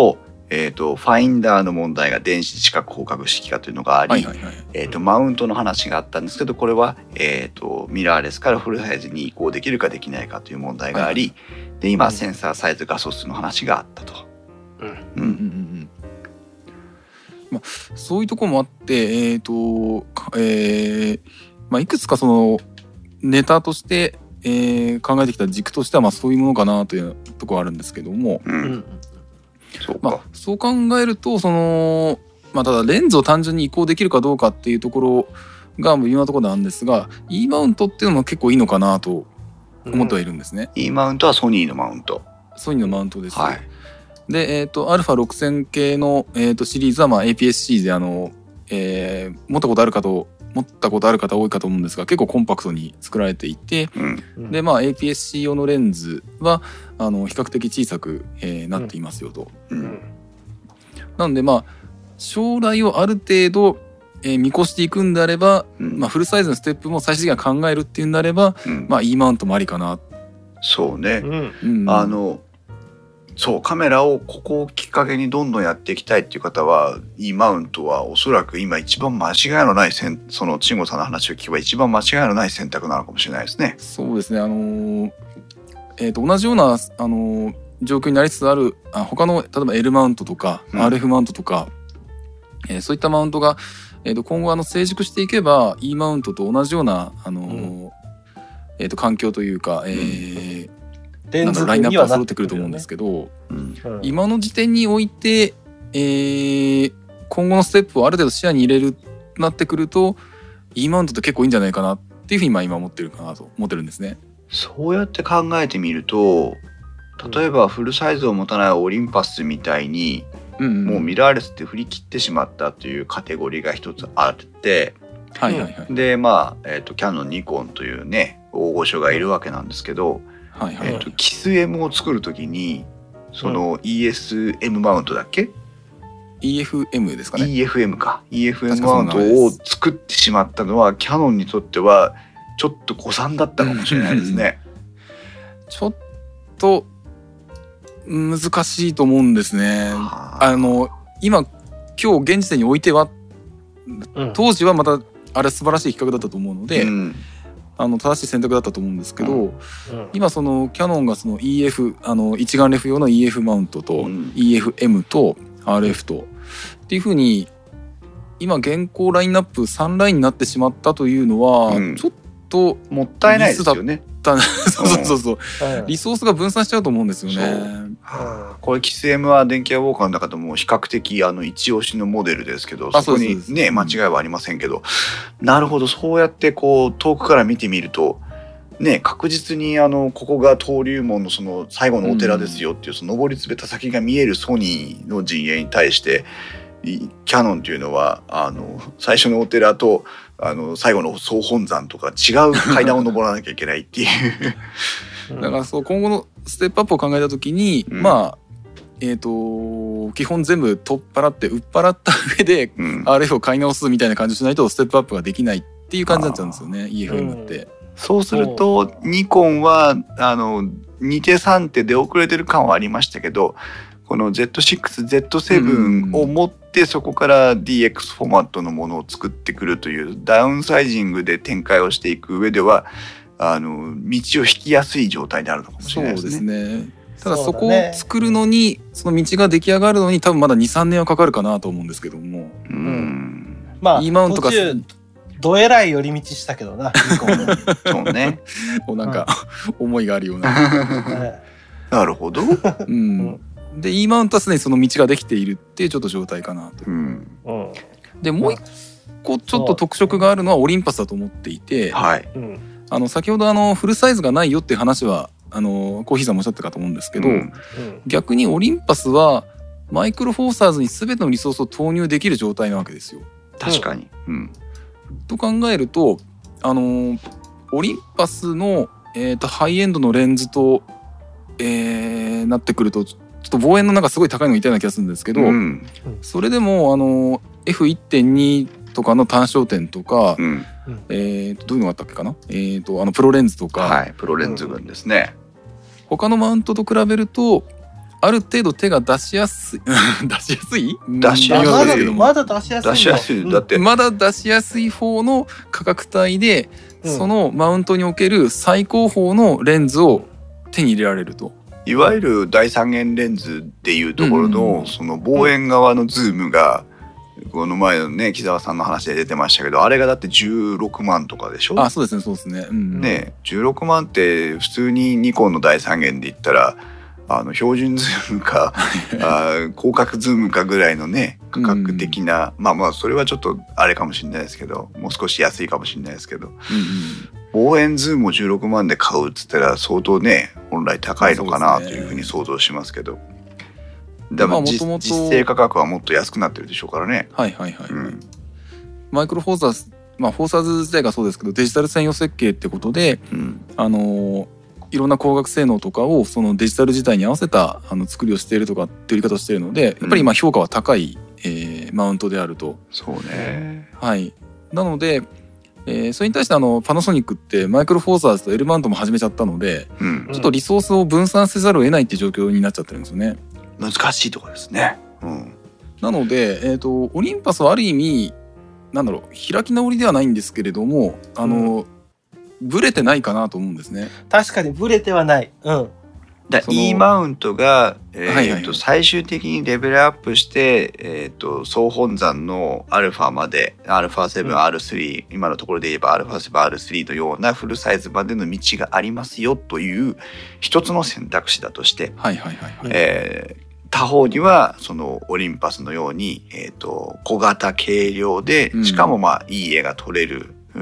えーと、ファインダーの問題が電子知覚光学式化というのがあり、はいはいはい、えーと、マウントの話があったんですけど、これは、えーと、ミラーレスからフルサイズに移行できるかできないかという問題があり、はいはい、で今センサーサイズ画素数の話があったと。うんうんうんうんまあ、そういうところもあって、えーとえーまあ、いくつかそのネタとして、えー、考えてきた軸としてはまあそういうものかなというところはあるんですけども、うんそうかまあ、そう考えるとその、まあ、ただレンズを単純に移行できるかどうかっていうところが微妙なところなんですが E マウントっていうのも結構いいのかなと思ってはいるんですね、 うん、E マウントはソニーのマウントソニーのマウントです、 はい、 で、えーと、アルファろくせん系の、えーと、シリーズはまあ エーピーエスシー であの、えー、持ったことある方持ったことある方多いかと思うんですが結構コンパクトに作られていて、うん、でまあ エーピーエスシー 用のレンズはあの比較的小さく、えー、なっていますよと、うんうん、なのでまあ将来をある程度、えー、見越していくんであれば、うんまあ、フルサイズのステップも最終的には考えるっていうんであれば、うんまあ、E マウントもありかな。 そうね、うん、あのそうカメラをここをきっかけにどんどんやっていきたいっていう方は E マウントはおそらく今一番間違いのないせんその慎吾さんの話を聞けば一番間違いのない選択なのかもしれないですね。 そうですねあのーえー、と同じような、あのー、状況になりつつあるあ他の例えば L マウントとか、うん、アールエフ マウントとか、えー、そういったマウントが、えー、と今後あの成熟していけば E マウントと同じような、あのーうんえー、と環境というか、えーうんなんだラインナップが揃ってくると思うんですけど、うん、今の時点において、えー、今後のステップをある程度視野に入れるなってくると E マウントって結構いいんじゃないかなっていうふうに今思ってるかなと思ってるんですね。 そうやって考えてみると例えばフルサイズを持たないオリンパスみたいに、うんうん、もうミラーレスって振り切ってしまったというカテゴリーが一つあって、はいはいはい、でまあ、えーと、キャノンニコンというね大御所がいるわけなんですけどはいはいはいえー、とキス M を作るときにその イーエスエム マウントだっけイーエフエム ですかねイーエフエム か イーエフエム マウントを作ってしまったのはキャノンにとってはちょっと誤算だったかもしれないですねちょっと難しいと思うんですね。あの今今日現時点においては、うん、当時はまたあれ素晴らしい企画だったと思うので、うんあの正しい選択だったと思うんですけど、うんうん、今そのキヤノンがその イーエフ あの一眼レフ用の イーエフ マウントと、うん、イーエフエム と アールエフ とっていう風に今現行ラインナップさんラインになってしまったというのは、うん、ちょっともったいないですよね。 そうそうそうそう、うん、リソースが分散しちゃうと思うんですよね。 これキス M は電気屋ウォーカーの中でも比較的あの一押しのモデルですけどそこにね間違いはありませんけど、うん、なるほどそうやってこう遠くから見てみるとね確実にあのここが登竜門のその最後のお寺ですよっていう、うん、その登り詰めた先が見えるソニーの陣営に対してキヤノンというのはあの最初のお寺とあの最後の総本山とか違う階段を登らなきゃいけないっていうだからそう今後のステップアップを考えた時に、うん、まあえーと基本全部取っ払って売っ払った上で アールエフ を買い直すみたいな感じしないとステップアップができないっていう感じになっちゃうんですよね イーエフエム って、うん、 そうするとニコンはあのに手さん手で遅れてる感はありましたけどこの ゼットシックス、ゼットセブン を持ってそこから ディーエックス フォーマットのものを作ってくるというダウンサイジングで展開をしていく上ではあの道を引きやすい状態であるのかもしれないですね。 そうですね。ただそこを作るのにその道が出来上がるのに多分まだ にさんねんはかかるかなと思うんですけども、うん、 まあ E マウントか途中どえらい寄り道したけどなそうねもうなんか、うん、思いがあるようななるほど、 うんで E マウントはすでにその道ができているっていうちょっと状態かなと、うん、でもう一個ちょっと特色があるのはオリンパスだと思っていて、はい、あの先ほどあのフルサイズがないよっていう話はあのコーヒーさんもおっしゃったかと思うんですけど、うん、逆にオリンパスはマイクロフォーサーズに全てのリソースを投入できる状態なわけですよ。 確かに、うん、 と考えるとあのオリンパスの、えーと、ハイエンドのレンズと、えー、なってくるとちょっと望遠のなんかすごい高いのがいたような気がするんですけど、うん、それでもあの エフいってんに とかの単焦点とか、うん、えー、とどういうのがあったっけかな、えー、とあのプロレンズとか、 はい、プロレンズ群ですね、 他のマウントと比べるとある程度手が出しやすい出しやすい出しやすいまだまだ出しやすいの。 出しやすい。だって、 うん、まだ出しやすい方の価格帯で、うん、そのマウントにおける最高峰のレンズを手に入れられると。 いわゆる第三元レンズっていうところの、うん、その望遠側のズームが、この前のね木澤さんの話で出てましたけど、あれがだってじゅうろくまんとかでしょ。 あ、そうですね、そうですね。うん、 ね、じゅうろくまんって普通にニコンの第三元で言ったら、あの標準ズームかあ広角ズームかぐらいのね価格的な、うん、まあまあそれはちょっとあれかもしれないですけど、もう少し安いかもしれないですけど、うんうん、望遠ズームをじゅうろくまんで買うっつったら相当ね本来高いのかなというふうに想像しますけど、でも、まあ、実, 実勢価格はもっと安くなってるでしょうからね。 はいはいはい、うん、マイクロフォーサーズ、まあフォーサーズ自体がそうですけどデジタル専用設計ってことで、うん、あのーいろんな光学性能とかをそのデジタル自体に合わせたあの作りをしているとかっていう言い方をしているので、やっぱり今評価は高い、えー、マウントであると。 そうね。 はい。なので、えー、それに対してあのパナソニックってマイクロフォーサーズと L マウントも始めちゃったので、うん、ちょっとリソースを分散せざるを得ないっていう状況になっちゃってるんですよね。 難しいところですね。うん、 なので、えーと、オリンパスはある意味なんだろう開き直りではないんですけれども、あの、うんブレてないかなと思うんですね。 確かにブレてはない。うん。 だ E マウントが、えーとはいはいはい、最終的にレベルアップして、えーと、総本山のアルファまで アルファセブン、アールスリー、うん、今のところで言えば アルファセブン、アールスリー のようなフルサイズまでの道がありますよという一つの選択肢だとして、 はいはいはいはいえー、他方にはそのオリンパスのように、えーと、小型軽量でしかもまあいい絵が撮れる、うん、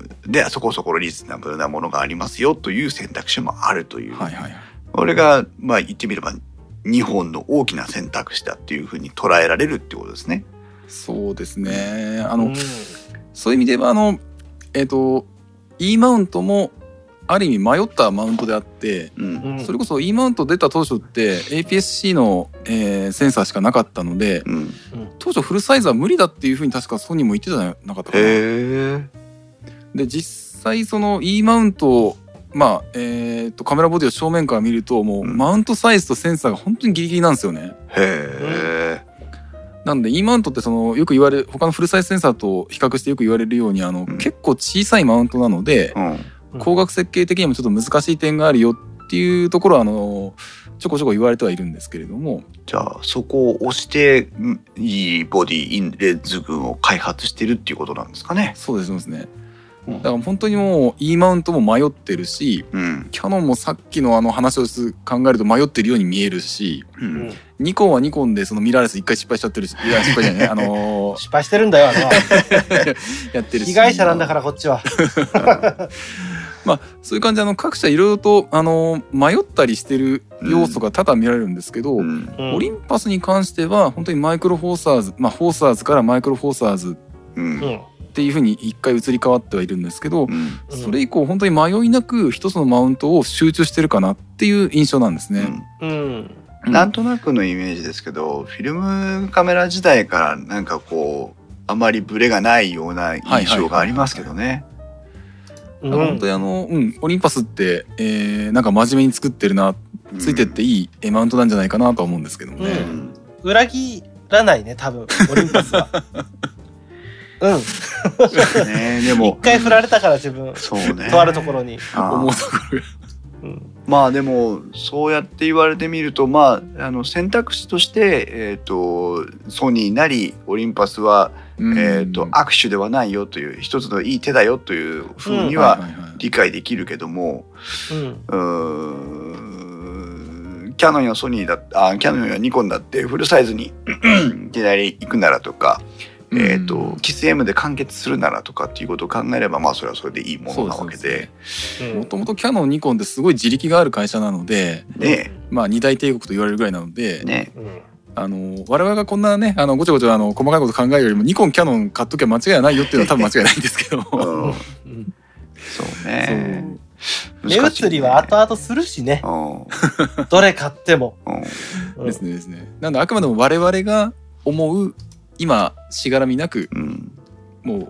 でそこそこリーズナブルなものがありますよという選択肢もあるという、はいはいはい、これがまあ言ってみればにほんの大きな選択肢だっていうふうに捉えられるってことですね。 そうですね。あの、うん、そういう意味ではあの、えーと、E マウントもある意味迷ったマウントであって、うん、それこそ E マウント出た当初って エーピーエスシー の、えー、センサーしかなかったので、うん、当初フルサイズは無理だっていうふうに確かソニーも言ってたんじゃなかったかな。へで実際その E マウントまあえー、とカメラボディを正面から見るともうマウントサイズとセンサーが本当にギリギリなんですよね。へー。なんで E マウントってそのよく言われる他のフルサイズセンサーと比較してよく言われるようにあの、うん、結構小さいマウントなので、うん、光学設計的にもちょっと難しい点があるよっていうところはあのちょこちょこ言われてはいるんですけれども、 じゃあそこを押していいボディインレンズ群を開発してるっていうことなんですかね。 そうですそうですね。だから本当にもう E マウントも迷ってるし、うん、キヤノンもさっきのあの話を考えると迷ってるように見えるし、うん、ニコンはニコンでそのミラーレス一回失敗しちゃってるし、いや失敗じゃないあのー、 失敗してるんだよあのやってるし被害者なんだからこっちはまあそういう感じであの各社いろいろとあの迷ったりしてる要素が多々見られるんですけど、うん、オリンパスに関しては本当にマイクロフォーサーズ、まあフォーサーズからマイクロフォーサーズ、うんっていう風に一回移り変わってはいるんですけど、うん、それ以降本当に迷いなく一つのマウントを集中してるかなっていう印象なんですね。 うんうん、なんとなくのイメージですけど、フィルムカメラ時代からなんかこうあまりブレがないような印象がありますけどね。 本当にあの、うん、オリンパスって、えー、なんか真面目に作ってるな、ついてっていいマウントなんじゃないかなとは思うんですけどもね。うん、 裏切らないね多分オリンパスは。うんね、でも一回振られたから自分そう、ね、とあるところに思うところが、 うん、まあでもそうやって言われてみると、まあ、あの選択肢として、えーと、ソニーなりオリンパスは、えーと、握手ではないよという一つのいい手だよというふうには理解できるけども、うん、うーんキヤノンやソニーだあキヤノンやニコンだってフルサイズにいきなり行くならとか、えーと、キス M で完結するならとかっていうことを考えればまあそれはそれでいいものなわけで、 もともとキヤノンニコンってすごい自力がある会社なので、ね、まあ二大帝国と言われるぐらいなので、ね、あの我々がこんなねあのごちゃごちゃあの細かいこと考えるよりもニコンキヤノン買っときゃ間違いはないよっていうのは多分間違いないんですけど、うん、 そうね目移りは後々するしねどれ買っても、 うん、ですねですね。なんであくまでも我々が思う今しがらみなく、うん、もう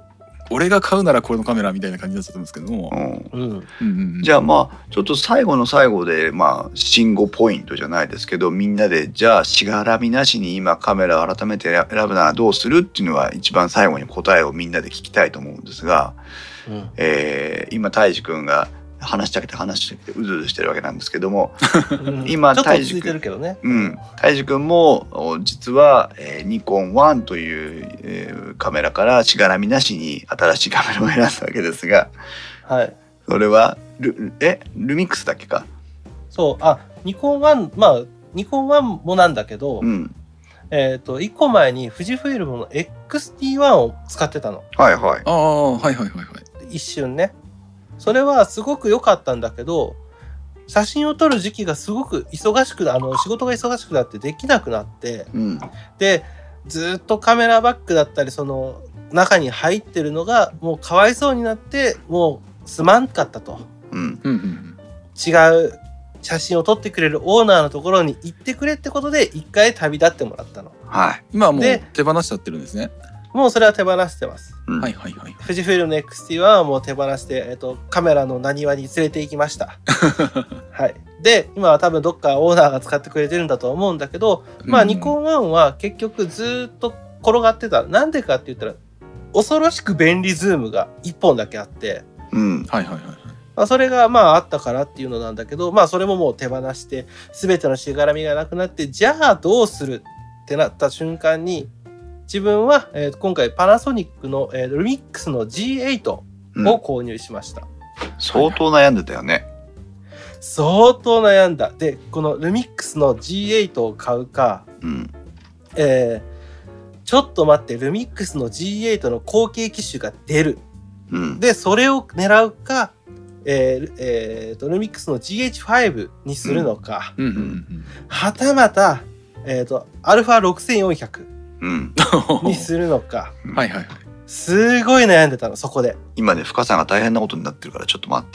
俺が買うならこれのカメラみたいな感じになっちゃったんですけども、 うんうんうんうんうん、 じゃあまあちょっと最後の最後でまあ慎吾ポイントじゃないですけど、みんなでじゃあしがらみなしに今カメラを改めて選ぶならどうするっていうのは一番最後に答えをみんなで聞きたいと思うんですが、 うんえー、今泰治君が話したくて話したくてうずうずしてるわけなんですけどもうん今ちょっと落ち着い泰治君てるけどね。 うん泰治君もお実は、えー、ニコンワンという、えーカメラからしがらみなしに新しいカメラを選んだわけですが、 はい。 それはルえルミックスだっけか。 そうあニコンワンまあニコンワンもなんだけど、 うんえっ、といっこまえに富士フイルムの エックスティーワン を使ってたの。 はいはい。 ああはいはいはいはい一瞬ね。それはすごく良かったんだけど、写真を撮る時期がすごく忙しくなあの仕事が忙しくなってできなくなって、 うんでずっとカメラバッグだったりその中に入ってるのがもうかわいそうになってもうすまんかったと。 うんうんうん違う写真を撮ってくれるオーナーのところに行ってくれってことで一回旅立ってもらったの。 はい。 今はもうで手放しちゃってるんですね。 もうそれは手放してます。 うんはいはいはい富士フイルムの エックスティーワン はもう手放して、えっと、カメラのなにわに連れて行きました。はい。で、今は多分どっかオーナーが使ってくれてるんだと思うんだけど、まあ、 うんニコンワンは結局ずっと転がってた。なんでかって言ったら、恐ろしく便利ズームがいっぽんだけあって、 うんはいはいはいまあ、それがまああったからっていうのなんだけど、まあそれももう手放して、すべてのしがらみがなくなって、じゃあどうするってなった瞬間に、自分は、えー今回パナソニックの、えールミックスの ジーエイトうんを購入しました。 相当悩んでたよね。 相当悩んだ。で、このルミックスの ジーエイト を買うか、 うんえーちょっと待って、ルミックスの ジーエイト の後継機種が出る。 うんで、それを狙うか、えーえーと、ルミックスの ジーエイチファイブ にするのか、 うんうんうんはたまた、えーと、アルファろくせんよんひゃくうんにするのか、 うんはいはいはいすごい悩んでたの、そこで。 今ね深さんが大変なことになってるからちょっと待って。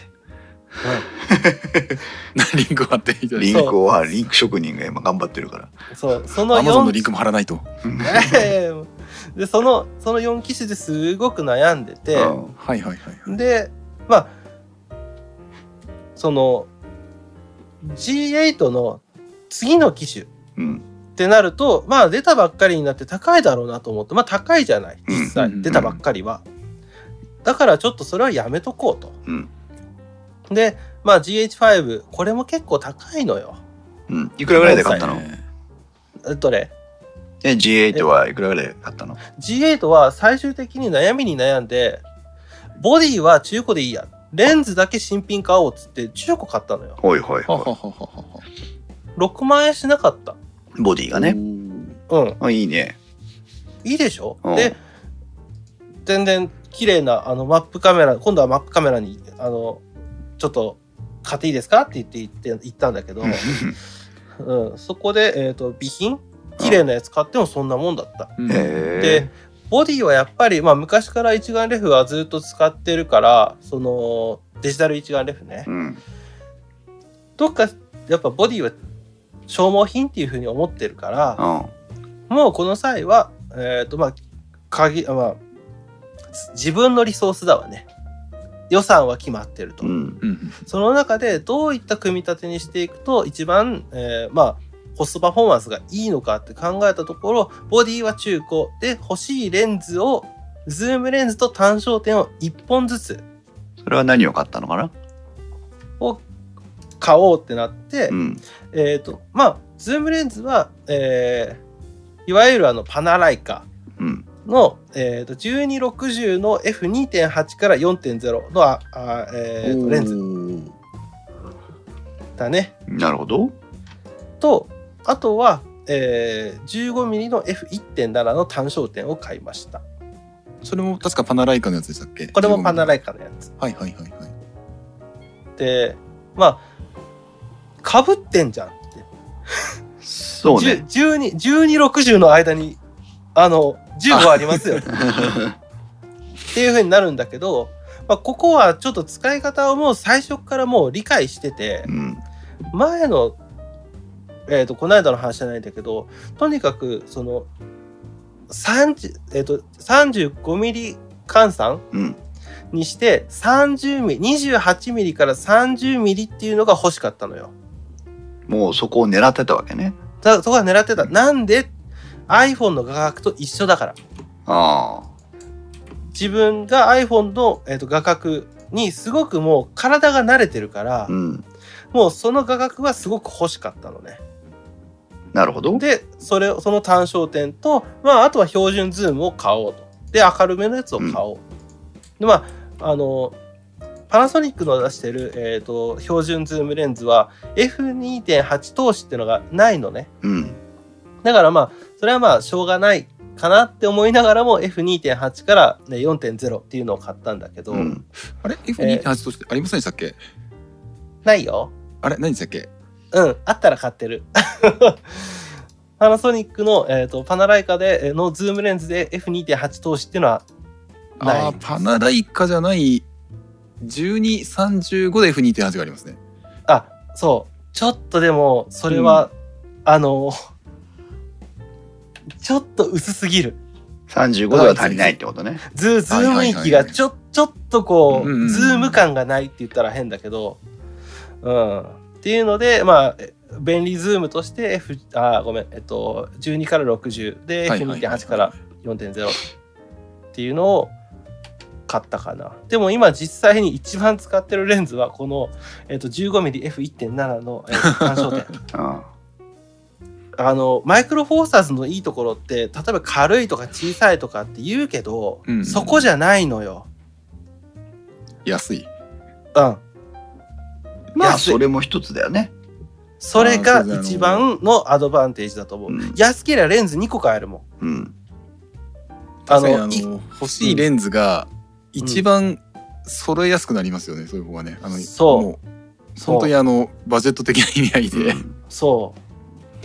リンク貼っていただいリてンクはリンク職人が今頑張ってるから。 そう、そのアマゾンのよんリンクも貼らないと。 で、その、そのよん機種ですごく悩んでて、 うんはいはいはいで、まあ、その ジーエイト の次の機種っうんてなると、まあ出たばっかりになって高いだろうなと思って、まあ高いじゃない、実際、 うん出たばっかりは。だからちょっとそれはやめとこうと。 うんで、まあ ジーエイチファイブ、これも結構高いのよ。 うんいくらぐらいで買ったの？ ねどれえ ジーエイト はいくらぐらいで買ったの？ ジーエイト は最終的に悩みに悩んで、ボディは中古でいいや。レンズだけ新品買おうっつって中古買ったのよ。 ほいほいははほはははろくまん円しなかった。 い。ボディがね。 うん。 あいいね。 いいでしょ、 うんで、全然綺麗なあのマップカメラ、今度はマップカメラに、あの、ちょっと買っていいですかって言って言って言ったんだけど、うん、そこで、えっ、と、備品綺麗なやつ買ってもそんなもんだった。 うんへで、ボディはやっぱり、まあ昔から一眼レフはずっと使ってるから、その、デジタル一眼レフね。 うんどっか、やっぱボディは消耗品っていうふうに思ってるから、 うんもうこの際は、えっ、と、まあ、鍵、あまあ、自分のリソースだわね。予算は決まってると。 うんうんその中でどういった組み立てにしていくと一番、えーまあ、コストパフォーマンスがいいのかって考えたところ、ボディは中古で欲しいレンズを、ズームレンズと単焦点をいっぽんずつそれは何を買ったのかな？ を買おうってなって、 うんえっ、と、まあ、ズームレンズは、えーいわゆるあのパナライカうんの、えー、とじゅうにろくじゅうの エフにてんはち から よんてんゼロ のああ、えーとレンズズだね。 なるほど。 と、あとは、えー、じゅうごミリの エフいってんなな の単焦点を買いました。 それも確かパナライカのやつでしたっけ？ これもパナライイカのやつ。 カ。はいはいはいはい。 で、まあ、被ってんじゃんって。 そうね。 じゅうに、じゅうに、ろくじゅうの間に、あの、じゅうごありますよ。っていう風になるんだけど、まあ、ここはちょっと使い方をもう最初からもう理解しててう、ん前の、えっ、と、この間の話じゃないんだけど、とにかく、その、さんじゅう、えっ、と、さんじゅうごミリ換算にしてさんじゅうミリ、にじゅうはちミリからさんじゅうミリっていうのが欲しかったのよ。 もうそこを狙ってたわけね。 だそこは狙ってた。なんで iPhone の画角と一緒だから。 ああ。 自分が iPhone の、えーと、画角にすごくもう体が慣れてるから、 うん、 もうその画角はすごく欲しかったのね。 なるほど。 で、それその単焦点と、まあ、あとは標準ズームを買おうと。で、明るめのやつを買おう。うん、で、まあ、あの、パナソニックの出してる、えーと、標準ズームレンズは エフにてんはち 投資っていうのがないのね。 うん。 だからまあ、それはまあ、しょうがないかなって思いながらも エフにてんはち から、ね、よんてんゼロ っていうのを買ったんだけど。うん、 あれ エフにてんはち としてありませんでしたっけ？ ないよ。 あれ何でしたっけ？ うん、あったら買ってる。パナソニックの、えーと、パナライカでのズームレンズで エフにてんはち 投資っていうのはない。 ああ、パナライカじゃないじゅうに、さんじゅうごで エフにてんはち がありますね。 あ、そう。ちょっとでも、それは、うん、あの、ちょっと薄すぎる。 さんじゅうごでは足りないってことね。 ズ、ズーム域がちょ、ちょっとこう、うんうん、ズーム感がないって言ったら変だけど、うん。っていうので、まあ、便利ズームとして F、あ、ごめん、えっと、じゅうにからろくじゅうで エフにてんはち から よんてんゼロ っていうのを買ったかな。でも今実際に一番使ってるレンズはこの、えっと、じゅうごミリエフいってんなな の、えっと、単焦点。ああの、マイクロフォーサーズのいいところって、例えば軽いとか小さいとかって言うけど、うんうん、そこじゃないのよ。 安い。 うん。 まあ、それも一つだよね。 それが一番のアドバンテージだと思う。うん、安ければレンズにこ買えるもん。うん、 あのあの欲しいレンズが一番揃えやすくなりますよね、うん、そういう方がね。あのそう。もう本当にあのバジェット的な意味合いで、うん、 そう。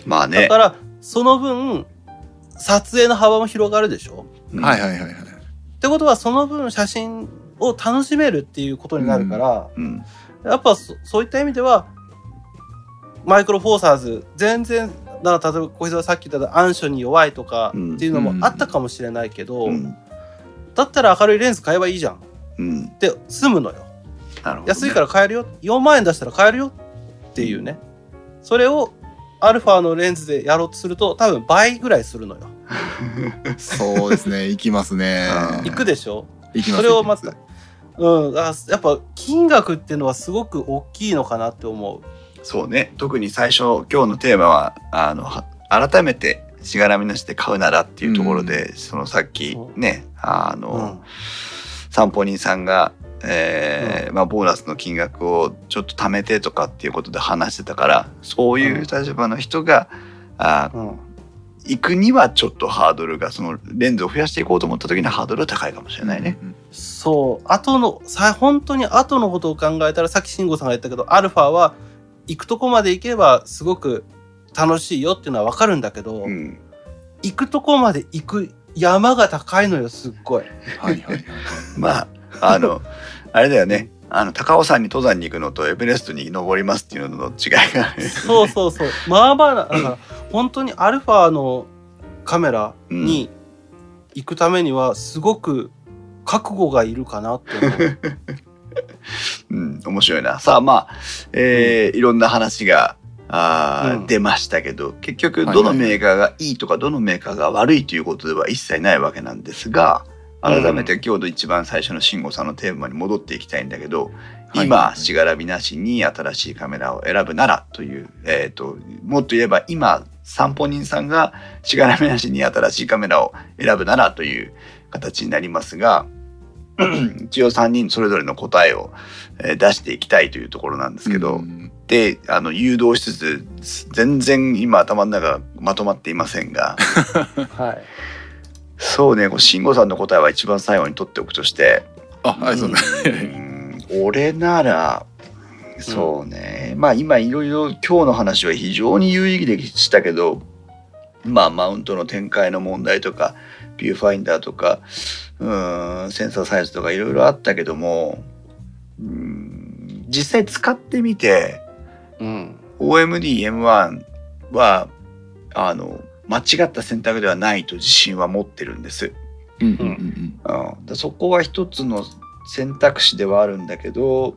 まあね。 だからその分撮影の幅も広がるでしょ。 うん、はいはいはいはい。 ってことはその分写真を楽しめるっていうことになるから、うんうん、やっぱ そ, そういった意味では。マイクロフォーサーズ全然だから例えば小日向さっき言った暗所に弱いとかっていうのもあったかもしれないけど、うん、だったら明るいレンズ買えばいいじゃん、うん、って済むのよ。なるほどね、安いから買えるよ、よんまんえん出したら買えるよっていうね。それをアルファのレンズでやろうとすると多分倍ぐらいするのよ。 そうですね、いきますね。 いくでしょ。 いきます。 それをまた、うん、やっぱ金額っていうのはすごく大きいのかなって思う。 そうね、特に最初今日のテーマはあの改めてしがらみなしで買うならっていうところで、うん、そのさっきねあの、うん、散歩人さんが、えーうんまあ、ボーナスの金額をちょっと貯めてとかっていうことで話してたから、そういう立場の人が、うん、あうん行くにはちょっとハードルが、そのレンズを増やしていこうと思った時にハードルは高いかもしれないね。うん、 そう後のさ本当に後のことを考えたら、さっき慎吾さんが言ったけどアルファは行くとこまで行けばすごく楽しいよっていうのは分かるんだけど、うん、行くとこまで行く山が高いのよ、すっごい。 はいはいはい、 まああのあれだよね、あの高尾山に登山に行くのとエベレストに登りますっていうのの違いが、ね、 そうそうそう、まあまあだから本当にアルファのカメラに行くためにはすごく覚悟がいるかなって思う。 うん、面白いな。さあまあ、えーうん、いろんな話があ、うん、出ましたけど、結局どのメーカーがいいとかどのメーカーが悪いということでは一切ないわけなんですが、改めて今日の一番最初の慎吾さんのテーマに戻っていきたいんだけど、うん、今しがらみなしに新しいカメラを選ぶならという、えーと、もっと言えば今散歩人さんがしがらみなしに新しいカメラを選ぶならという形になりますが、一応さんにんそれぞれの答えを出していきたいというところなんですけど、うん、であの誘導しつつ全然今頭の中がまとまっていませんが、はい、そうね、慎吾さんの答えは一番最後に取っておくとして、 あ、はい、そうね、 俺ならそうね、うん、まあ今いろいろ今日の話は非常に有意義でしたけど、まあマウントの展開の問題とかビューファインダーとかうーんセンサーサイズとかいろいろあったけども、うーん実際使ってみて、うん、オーエムディーエムワン はあの間違った選択ではないと自信は持ってるんです。うんうんうん、 うん、でそこは一つの選択肢ではあるんだけど、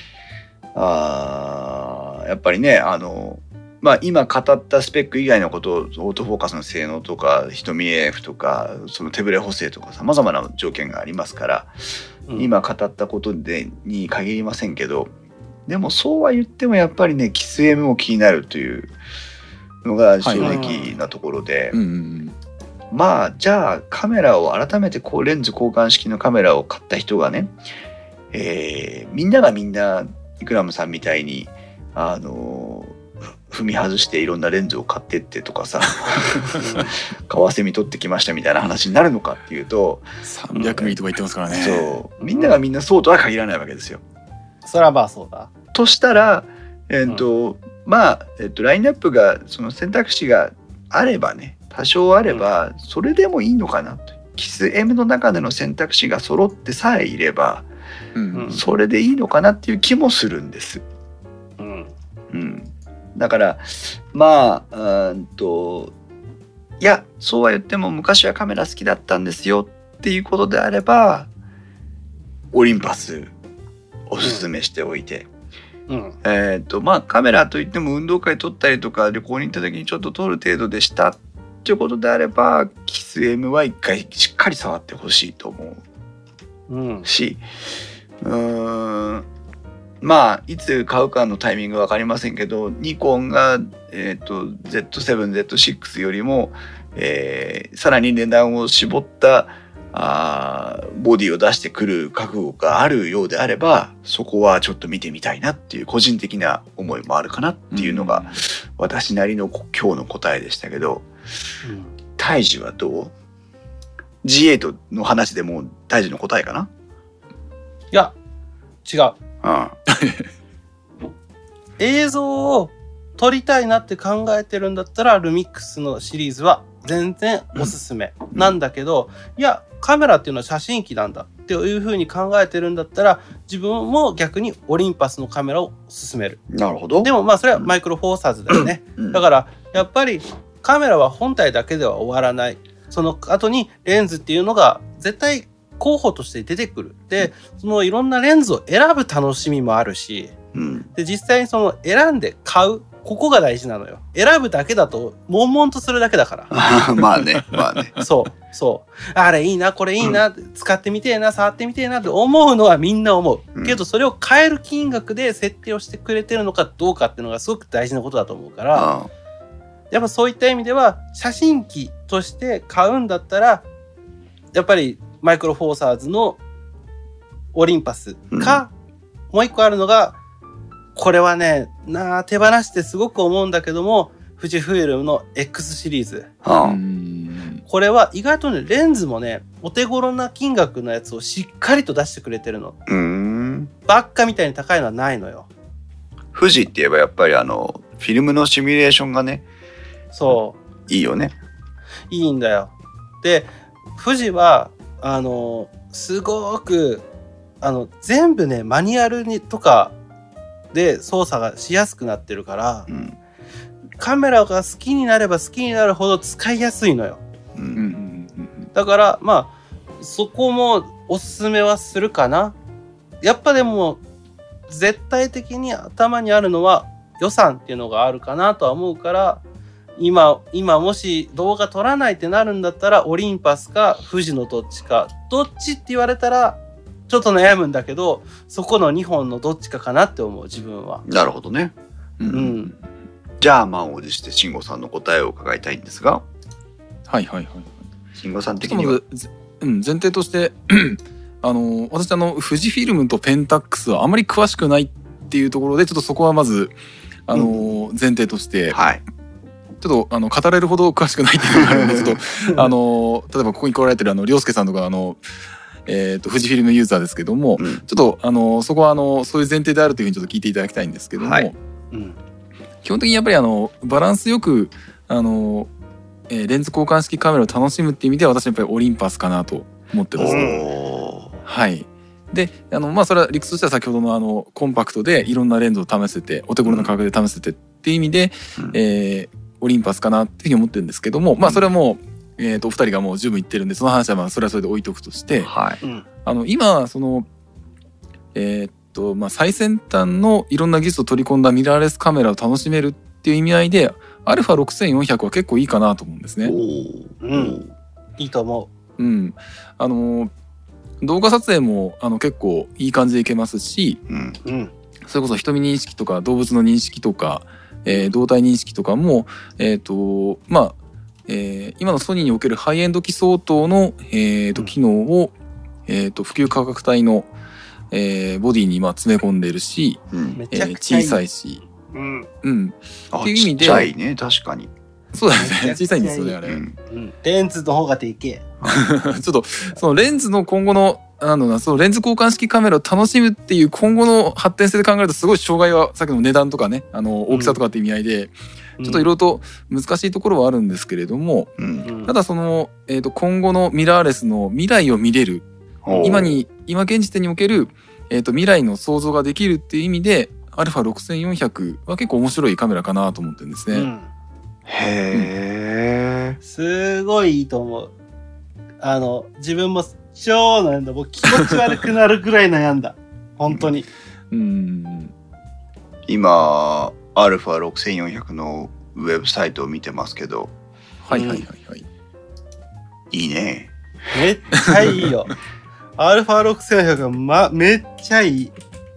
あやっぱりねあの、まあ、今語ったスペック以外のことをオートフォーカスの性能とか瞳 エーエフ とかその手ぶれ補正とかさまざまな条件がありますから、うん、今語ったことでに限りませんけど、でもそうは言ってもやっぱりねキス エム も気になるというのが正直なところで、まあじゃあカメラを改めてこうレンズ交換式のカメラを買った人がね、えー、みんながみんなイクラムさんみたいにあの踏み外していろんなレンズを買ってってとかさカワセミ取ってきましたみたいな話になるのかっていうとさんびゃくミリとか言ってますからね。 そうみんながみんなそうとは限らないわけですよ。 そらまあそうだとしたら、えーとうん、まあ、えーと、ラインナップがその選択肢があればね多少あればそれでもいいのかなと、キス エム の中での選択肢が揃ってさえいれば、うんうん、それでいいのかなっていう気もするんです、うんうん、だからまあうんといやそうは言っても昔はカメラ好きだったんですよっていうことであればオリンパスおすすめしておいて、うん、えっとまあカメラといっても運動会撮ったりとか旅行に行った時にちょっと撮る程度でしたっていうことであればキス エム は一回しっかり触ってほしいと思う、うん、しうーんまあいつ買うかのタイミング分かりませんけどニコンが、えー、と ゼットセブン、ゼットシックス よりも、えー、さらに値段を絞ったあボディを出してくる覚悟があるようであればそこはちょっと見てみたいなっていう個人的な思いもあるかなっていうのが私なりの今日の答えでしたけど、うん、大樹はどう ジーエイト の話でもう大樹の答えかな。 いや違う、うん、映像を撮りたいなって考えてるんだったらルミックスのシリーズは全然おすすめなんだけど、うん、いやカメラっていうのは写真機なんだっていう風に考えてるんだったら自分も逆にオリンパスのカメラを勧める。 なるほど。 でもまあそれはマイクロフォーサーズだよね、うん、だからやっぱりカメラは本体だけでは終わらない。その後にレンズっていうのが絶対候補として出てくる。でそのいろんなレンズを選ぶ楽しみもあるし、うん、で実際にその選んで買うここが大事なのよ。選ぶだけだと悶々とするだけだからまあねまあねそうそうあれいいなこれいいな、うん、使ってみてえな触ってみてえなって思うのはみんな思う、うん、けどそれを買える金額で設定をしてくれてるのかどうかっていうのがすごく大事なことだと思うから、うん、やっぱそういった意味では写真機として買うんだったらやっぱりマイクロフォーサーズのオリンパスか、うん、もう一個あるのがこれはねなあ手放してすごく思うんだけども富士フイルムの X シリーズ、はあ、これは意外とねレンズもねお手頃な金額のやつをしっかりと出してくれてるの。うーんばっかみたいに高いのはないのよ。 富士って言えばやっぱりあのフィルムのシミュレーションがねそういいよね。 いいんだよ。で富士はあのすごくあの全部ねマニュアルにとかで操作がしやすくなってるから、うん、カメラが好きになれば好きになるほど使いやすいのよ、うんうん、だからまあそこもおすすめはするかな。やっぱでも絶対的に頭にあるのは予算っていうのがあるかなとは思うから今今もし動画撮らないってなるんだったらオリンパスか富士のどっちかどっちって言われたらちょっと悩むんだけどそこのにほんのどっちかかなって思う自分は。 なるほどね、うんうん、じゃあ満を持して慎吾さんの答えを伺いたいんですが。 はいはいはい。 慎吾さん的には、 うん、前提としてあの私あの富士フィルムとペンタックスはあまり詳しくないっていうところでちょっとそこはまずあの、うん、前提として、はい、ちょっとあの語れるほど詳しくないっていうのがあるのでちょっとあの例えばここに来られてるあの涼介さんとかあのえー、と富士フィルムユーザーですけども、うん、ちょっとあのそこはあのそういう前提であるというふうにちょっと聞いていただきたいんですけども、はいうん、基本的にやっぱりあのバランスよくあの、えー、レンズ交換式カメラを楽しむっていう意味では私はやっぱりオリンパスかなと思ってます、ね、はいであのまあそれは理屈としては先ほどのあのコンパクトでいろんなレンズを試せてお手頃な価格で試せてっていう意味で、うんえー、オリンパスかなっていうふうに思ってるんですけども、まあそれはもうえー、とお二人がもう十分言ってるんで、その話はまあそれはそれで置いとくとして、 はい、 あの今そのえー、っとまあ最先端のいろんな技術を取り込んだミラーレスカメラを楽しめるっていう意味合いで アルファろくせんよんひゃく は結構いいかなと思うんですね。 おうん、いいと思う。うん、あの動画撮影もあの結構いい感じでいけますし、 うんうん、 それこそ瞳認識とか動物の認識とか、えー、動体認識とかも、えーとまあえー、今のソニーにおけるハイエンド機相当の、えーと、機能を、えーと、普及価格帯の、えー、ボディにまあ詰め込んでいるし、 うんえー、小さいし、 うんうん、っていう意味でちっちゃいね、確かに。 そうですね、小さいんですよねあれ、 うんうん、レンズの方がでけえちょっとそのレンズの今後のあのそのレンズ交換式カメラを楽しむっていう今後の発展性で考えるとすごい障害はさっきの値段とかね、あの大きさとかって意味合いで、うん、ちょっといろいろと難しいところはあるんですけれども、うん、ただその、えーと、今後のミラーレスの未来を見れる、今に今現時点における、えーと、未来の想像ができるっていう意味で アルファろくせんよんひゃく は結構面白いカメラかなと思ってるんですね。うん、 へー、 すごいいいと思う。あの自分も超悩んだ。もう気持ち悪くなるぐらい悩んだ。本当に。 うん、 今アルファろくせんよんひゃくのウェブサイトを見てますけど、 はいはいはいはい。 いいね。 めっちゃいいよ。アルファろくせんよんひゃくは、ま、めっちゃいい。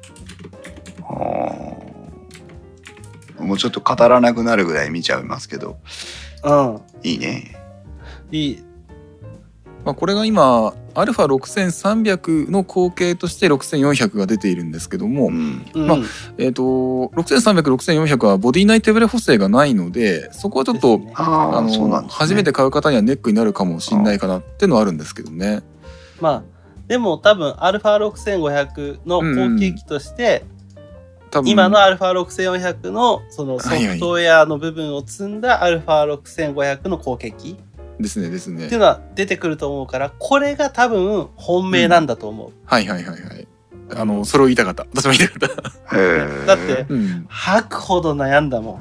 はあ、もうちょっと語らなくなるぐらい見ちゃいますけど、 うん、 いいね。 いい。 まあ、これが今 アルファろくせんさんびゃく の後継としてろくせんよんひゃくが出ているんですけども、うんまあえー、とろくせんさんびゃく、ろくせんよんひゃくはボディ内手ブレ補正がないので、そこはちょっと、ね、あの、ね、初めて買う方にはネックになるかもしれないかなっていうのはあるんですけどね。 まあでも多分 アルファろくせんごひゃく の後継機として、うん、今の アルファろくせんよんひゃく のそのソフトウェアの部分を積んだ アルファろくせんごひゃく の後継機ですねですねっていうのは出てくると思うから、これが多分本命なんだと思う、うん、 はいはいはいはい。あのそれを言いたかった。私も言いたかっただって、うん、吐くほど悩んだもん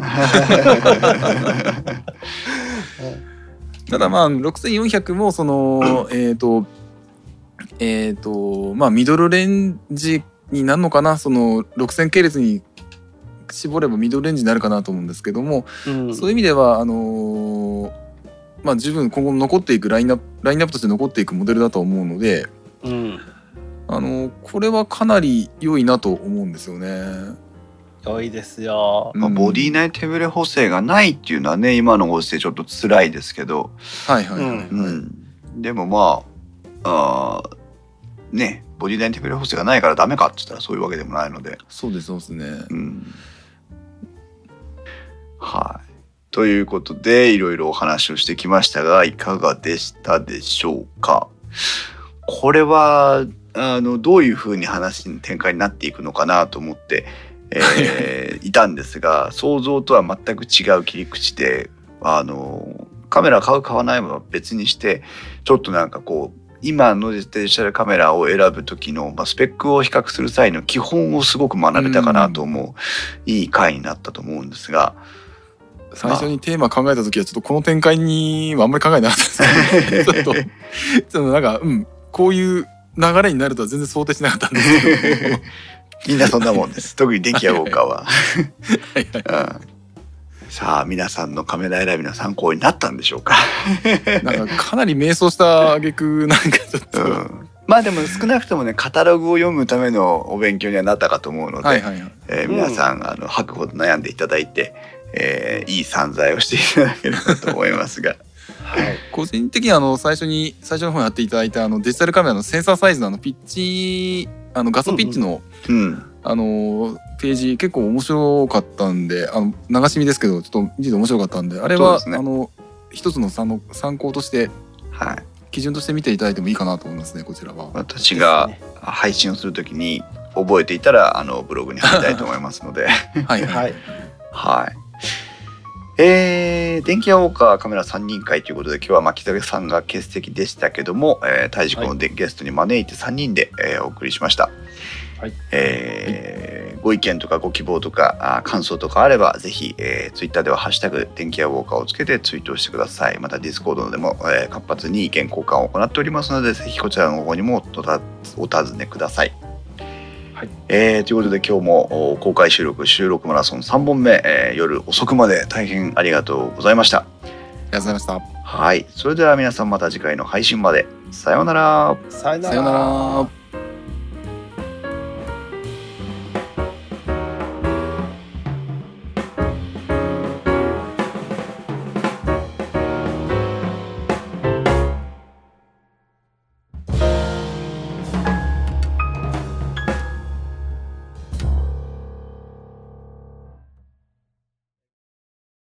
ただまあろくせんよんひゃくもそのえっとえっとまあミドルレンジになるのかな、そのろくせん系列に絞ればミドルレンジになるかなと思うんですけども、うん、そういう意味ではあのーまあ、十分今後残っていくラインナップ、ラインナップとして残っていくモデルだと思うので、うん、あのこれはかなり良いなと思うんですよね。 良いですよ、 まあ、ボディ内手ブレ補正がないっていうのはね、今のご時世ちょっと辛いですけど、 はいはいはい、はいうん、でもまあ、あね、ボディ内手ブレ補正がないからダメかって言ったらそういうわけでもないので、 そうですそうですね、うん、 はい。ということでいろいろお話をしてきましたが、いかがでしたでしょうか。これはあのどういうふうに話の展開になっていくのかなと思って、えー、いたんですが、想像とは全く違う切り口で、あのカメラ買う買わないものは別にして、ちょっとなんかこう今のデジタルカメラを選ぶ時の、まあ、スペックを比較する際の基本をすごく学べたかなと思う、うん、いい回になったと思うんですが、 最初にテーマ考えた時はちょっとこの展開にはあんまり考えなかったですけどちょっとちょっとなんか、うん、こういう流れになるとは全然想定しなかったんですけどみんなそんなもんです。特に電気やウォーカーははいはい、うん、さあ皆さんのカメラ選びの参考になったんでしょうかなんかかなり迷走した挙句なんかちょっと、うん、 まあでも少なくともねカタログを読むためのお勉強にはなったかと思うので、はいはいはい、えー、皆さん、うん、あの吐くほど悩んでいただいて、えー、いい散財をしていただければと思いますがはい、個人的にあの最初に最初の方にやっていただいたあのデジタルカメラのセンサーサイズのあのピッチあの画素ピッチの、うんうん、あのページ結構面白かったんで、あの流し見ですけどちょっと見てて面白かったんで、あれは、ね、あの一つの参考として、はい、基準として見ていただいてもいいかなと思いますね。こちらは私が配信をするときに覚えていたらあのブログに貼りたいと思いますのではいはい、 はい、えー、電気屋ウォーカーカメラさんにん会ということで、今日は牧崎さんが欠席でしたけども、えー、泰治君をゲストに招いてさんにんで、えー、お送りしました、はい、えーはい、 ご意見とかご希望とかあ感想とかあればぜひ、えー、ツイッターではハッシュタグ電気屋ウォーカーをつけてツイートをしてください。またディスコードでも、えー、活発に意見交換を行っておりますのでぜひこちらの方にもおたお尋ねください。はい、えー、ということで今日も公開収録収録マラソンさんぼんめ、えー、夜遅くまで大変ありがとうございました。 ありがとうございました。 はい、それでは皆さんまた次回の配信まで。さようなら。 さようなら。 さようなら。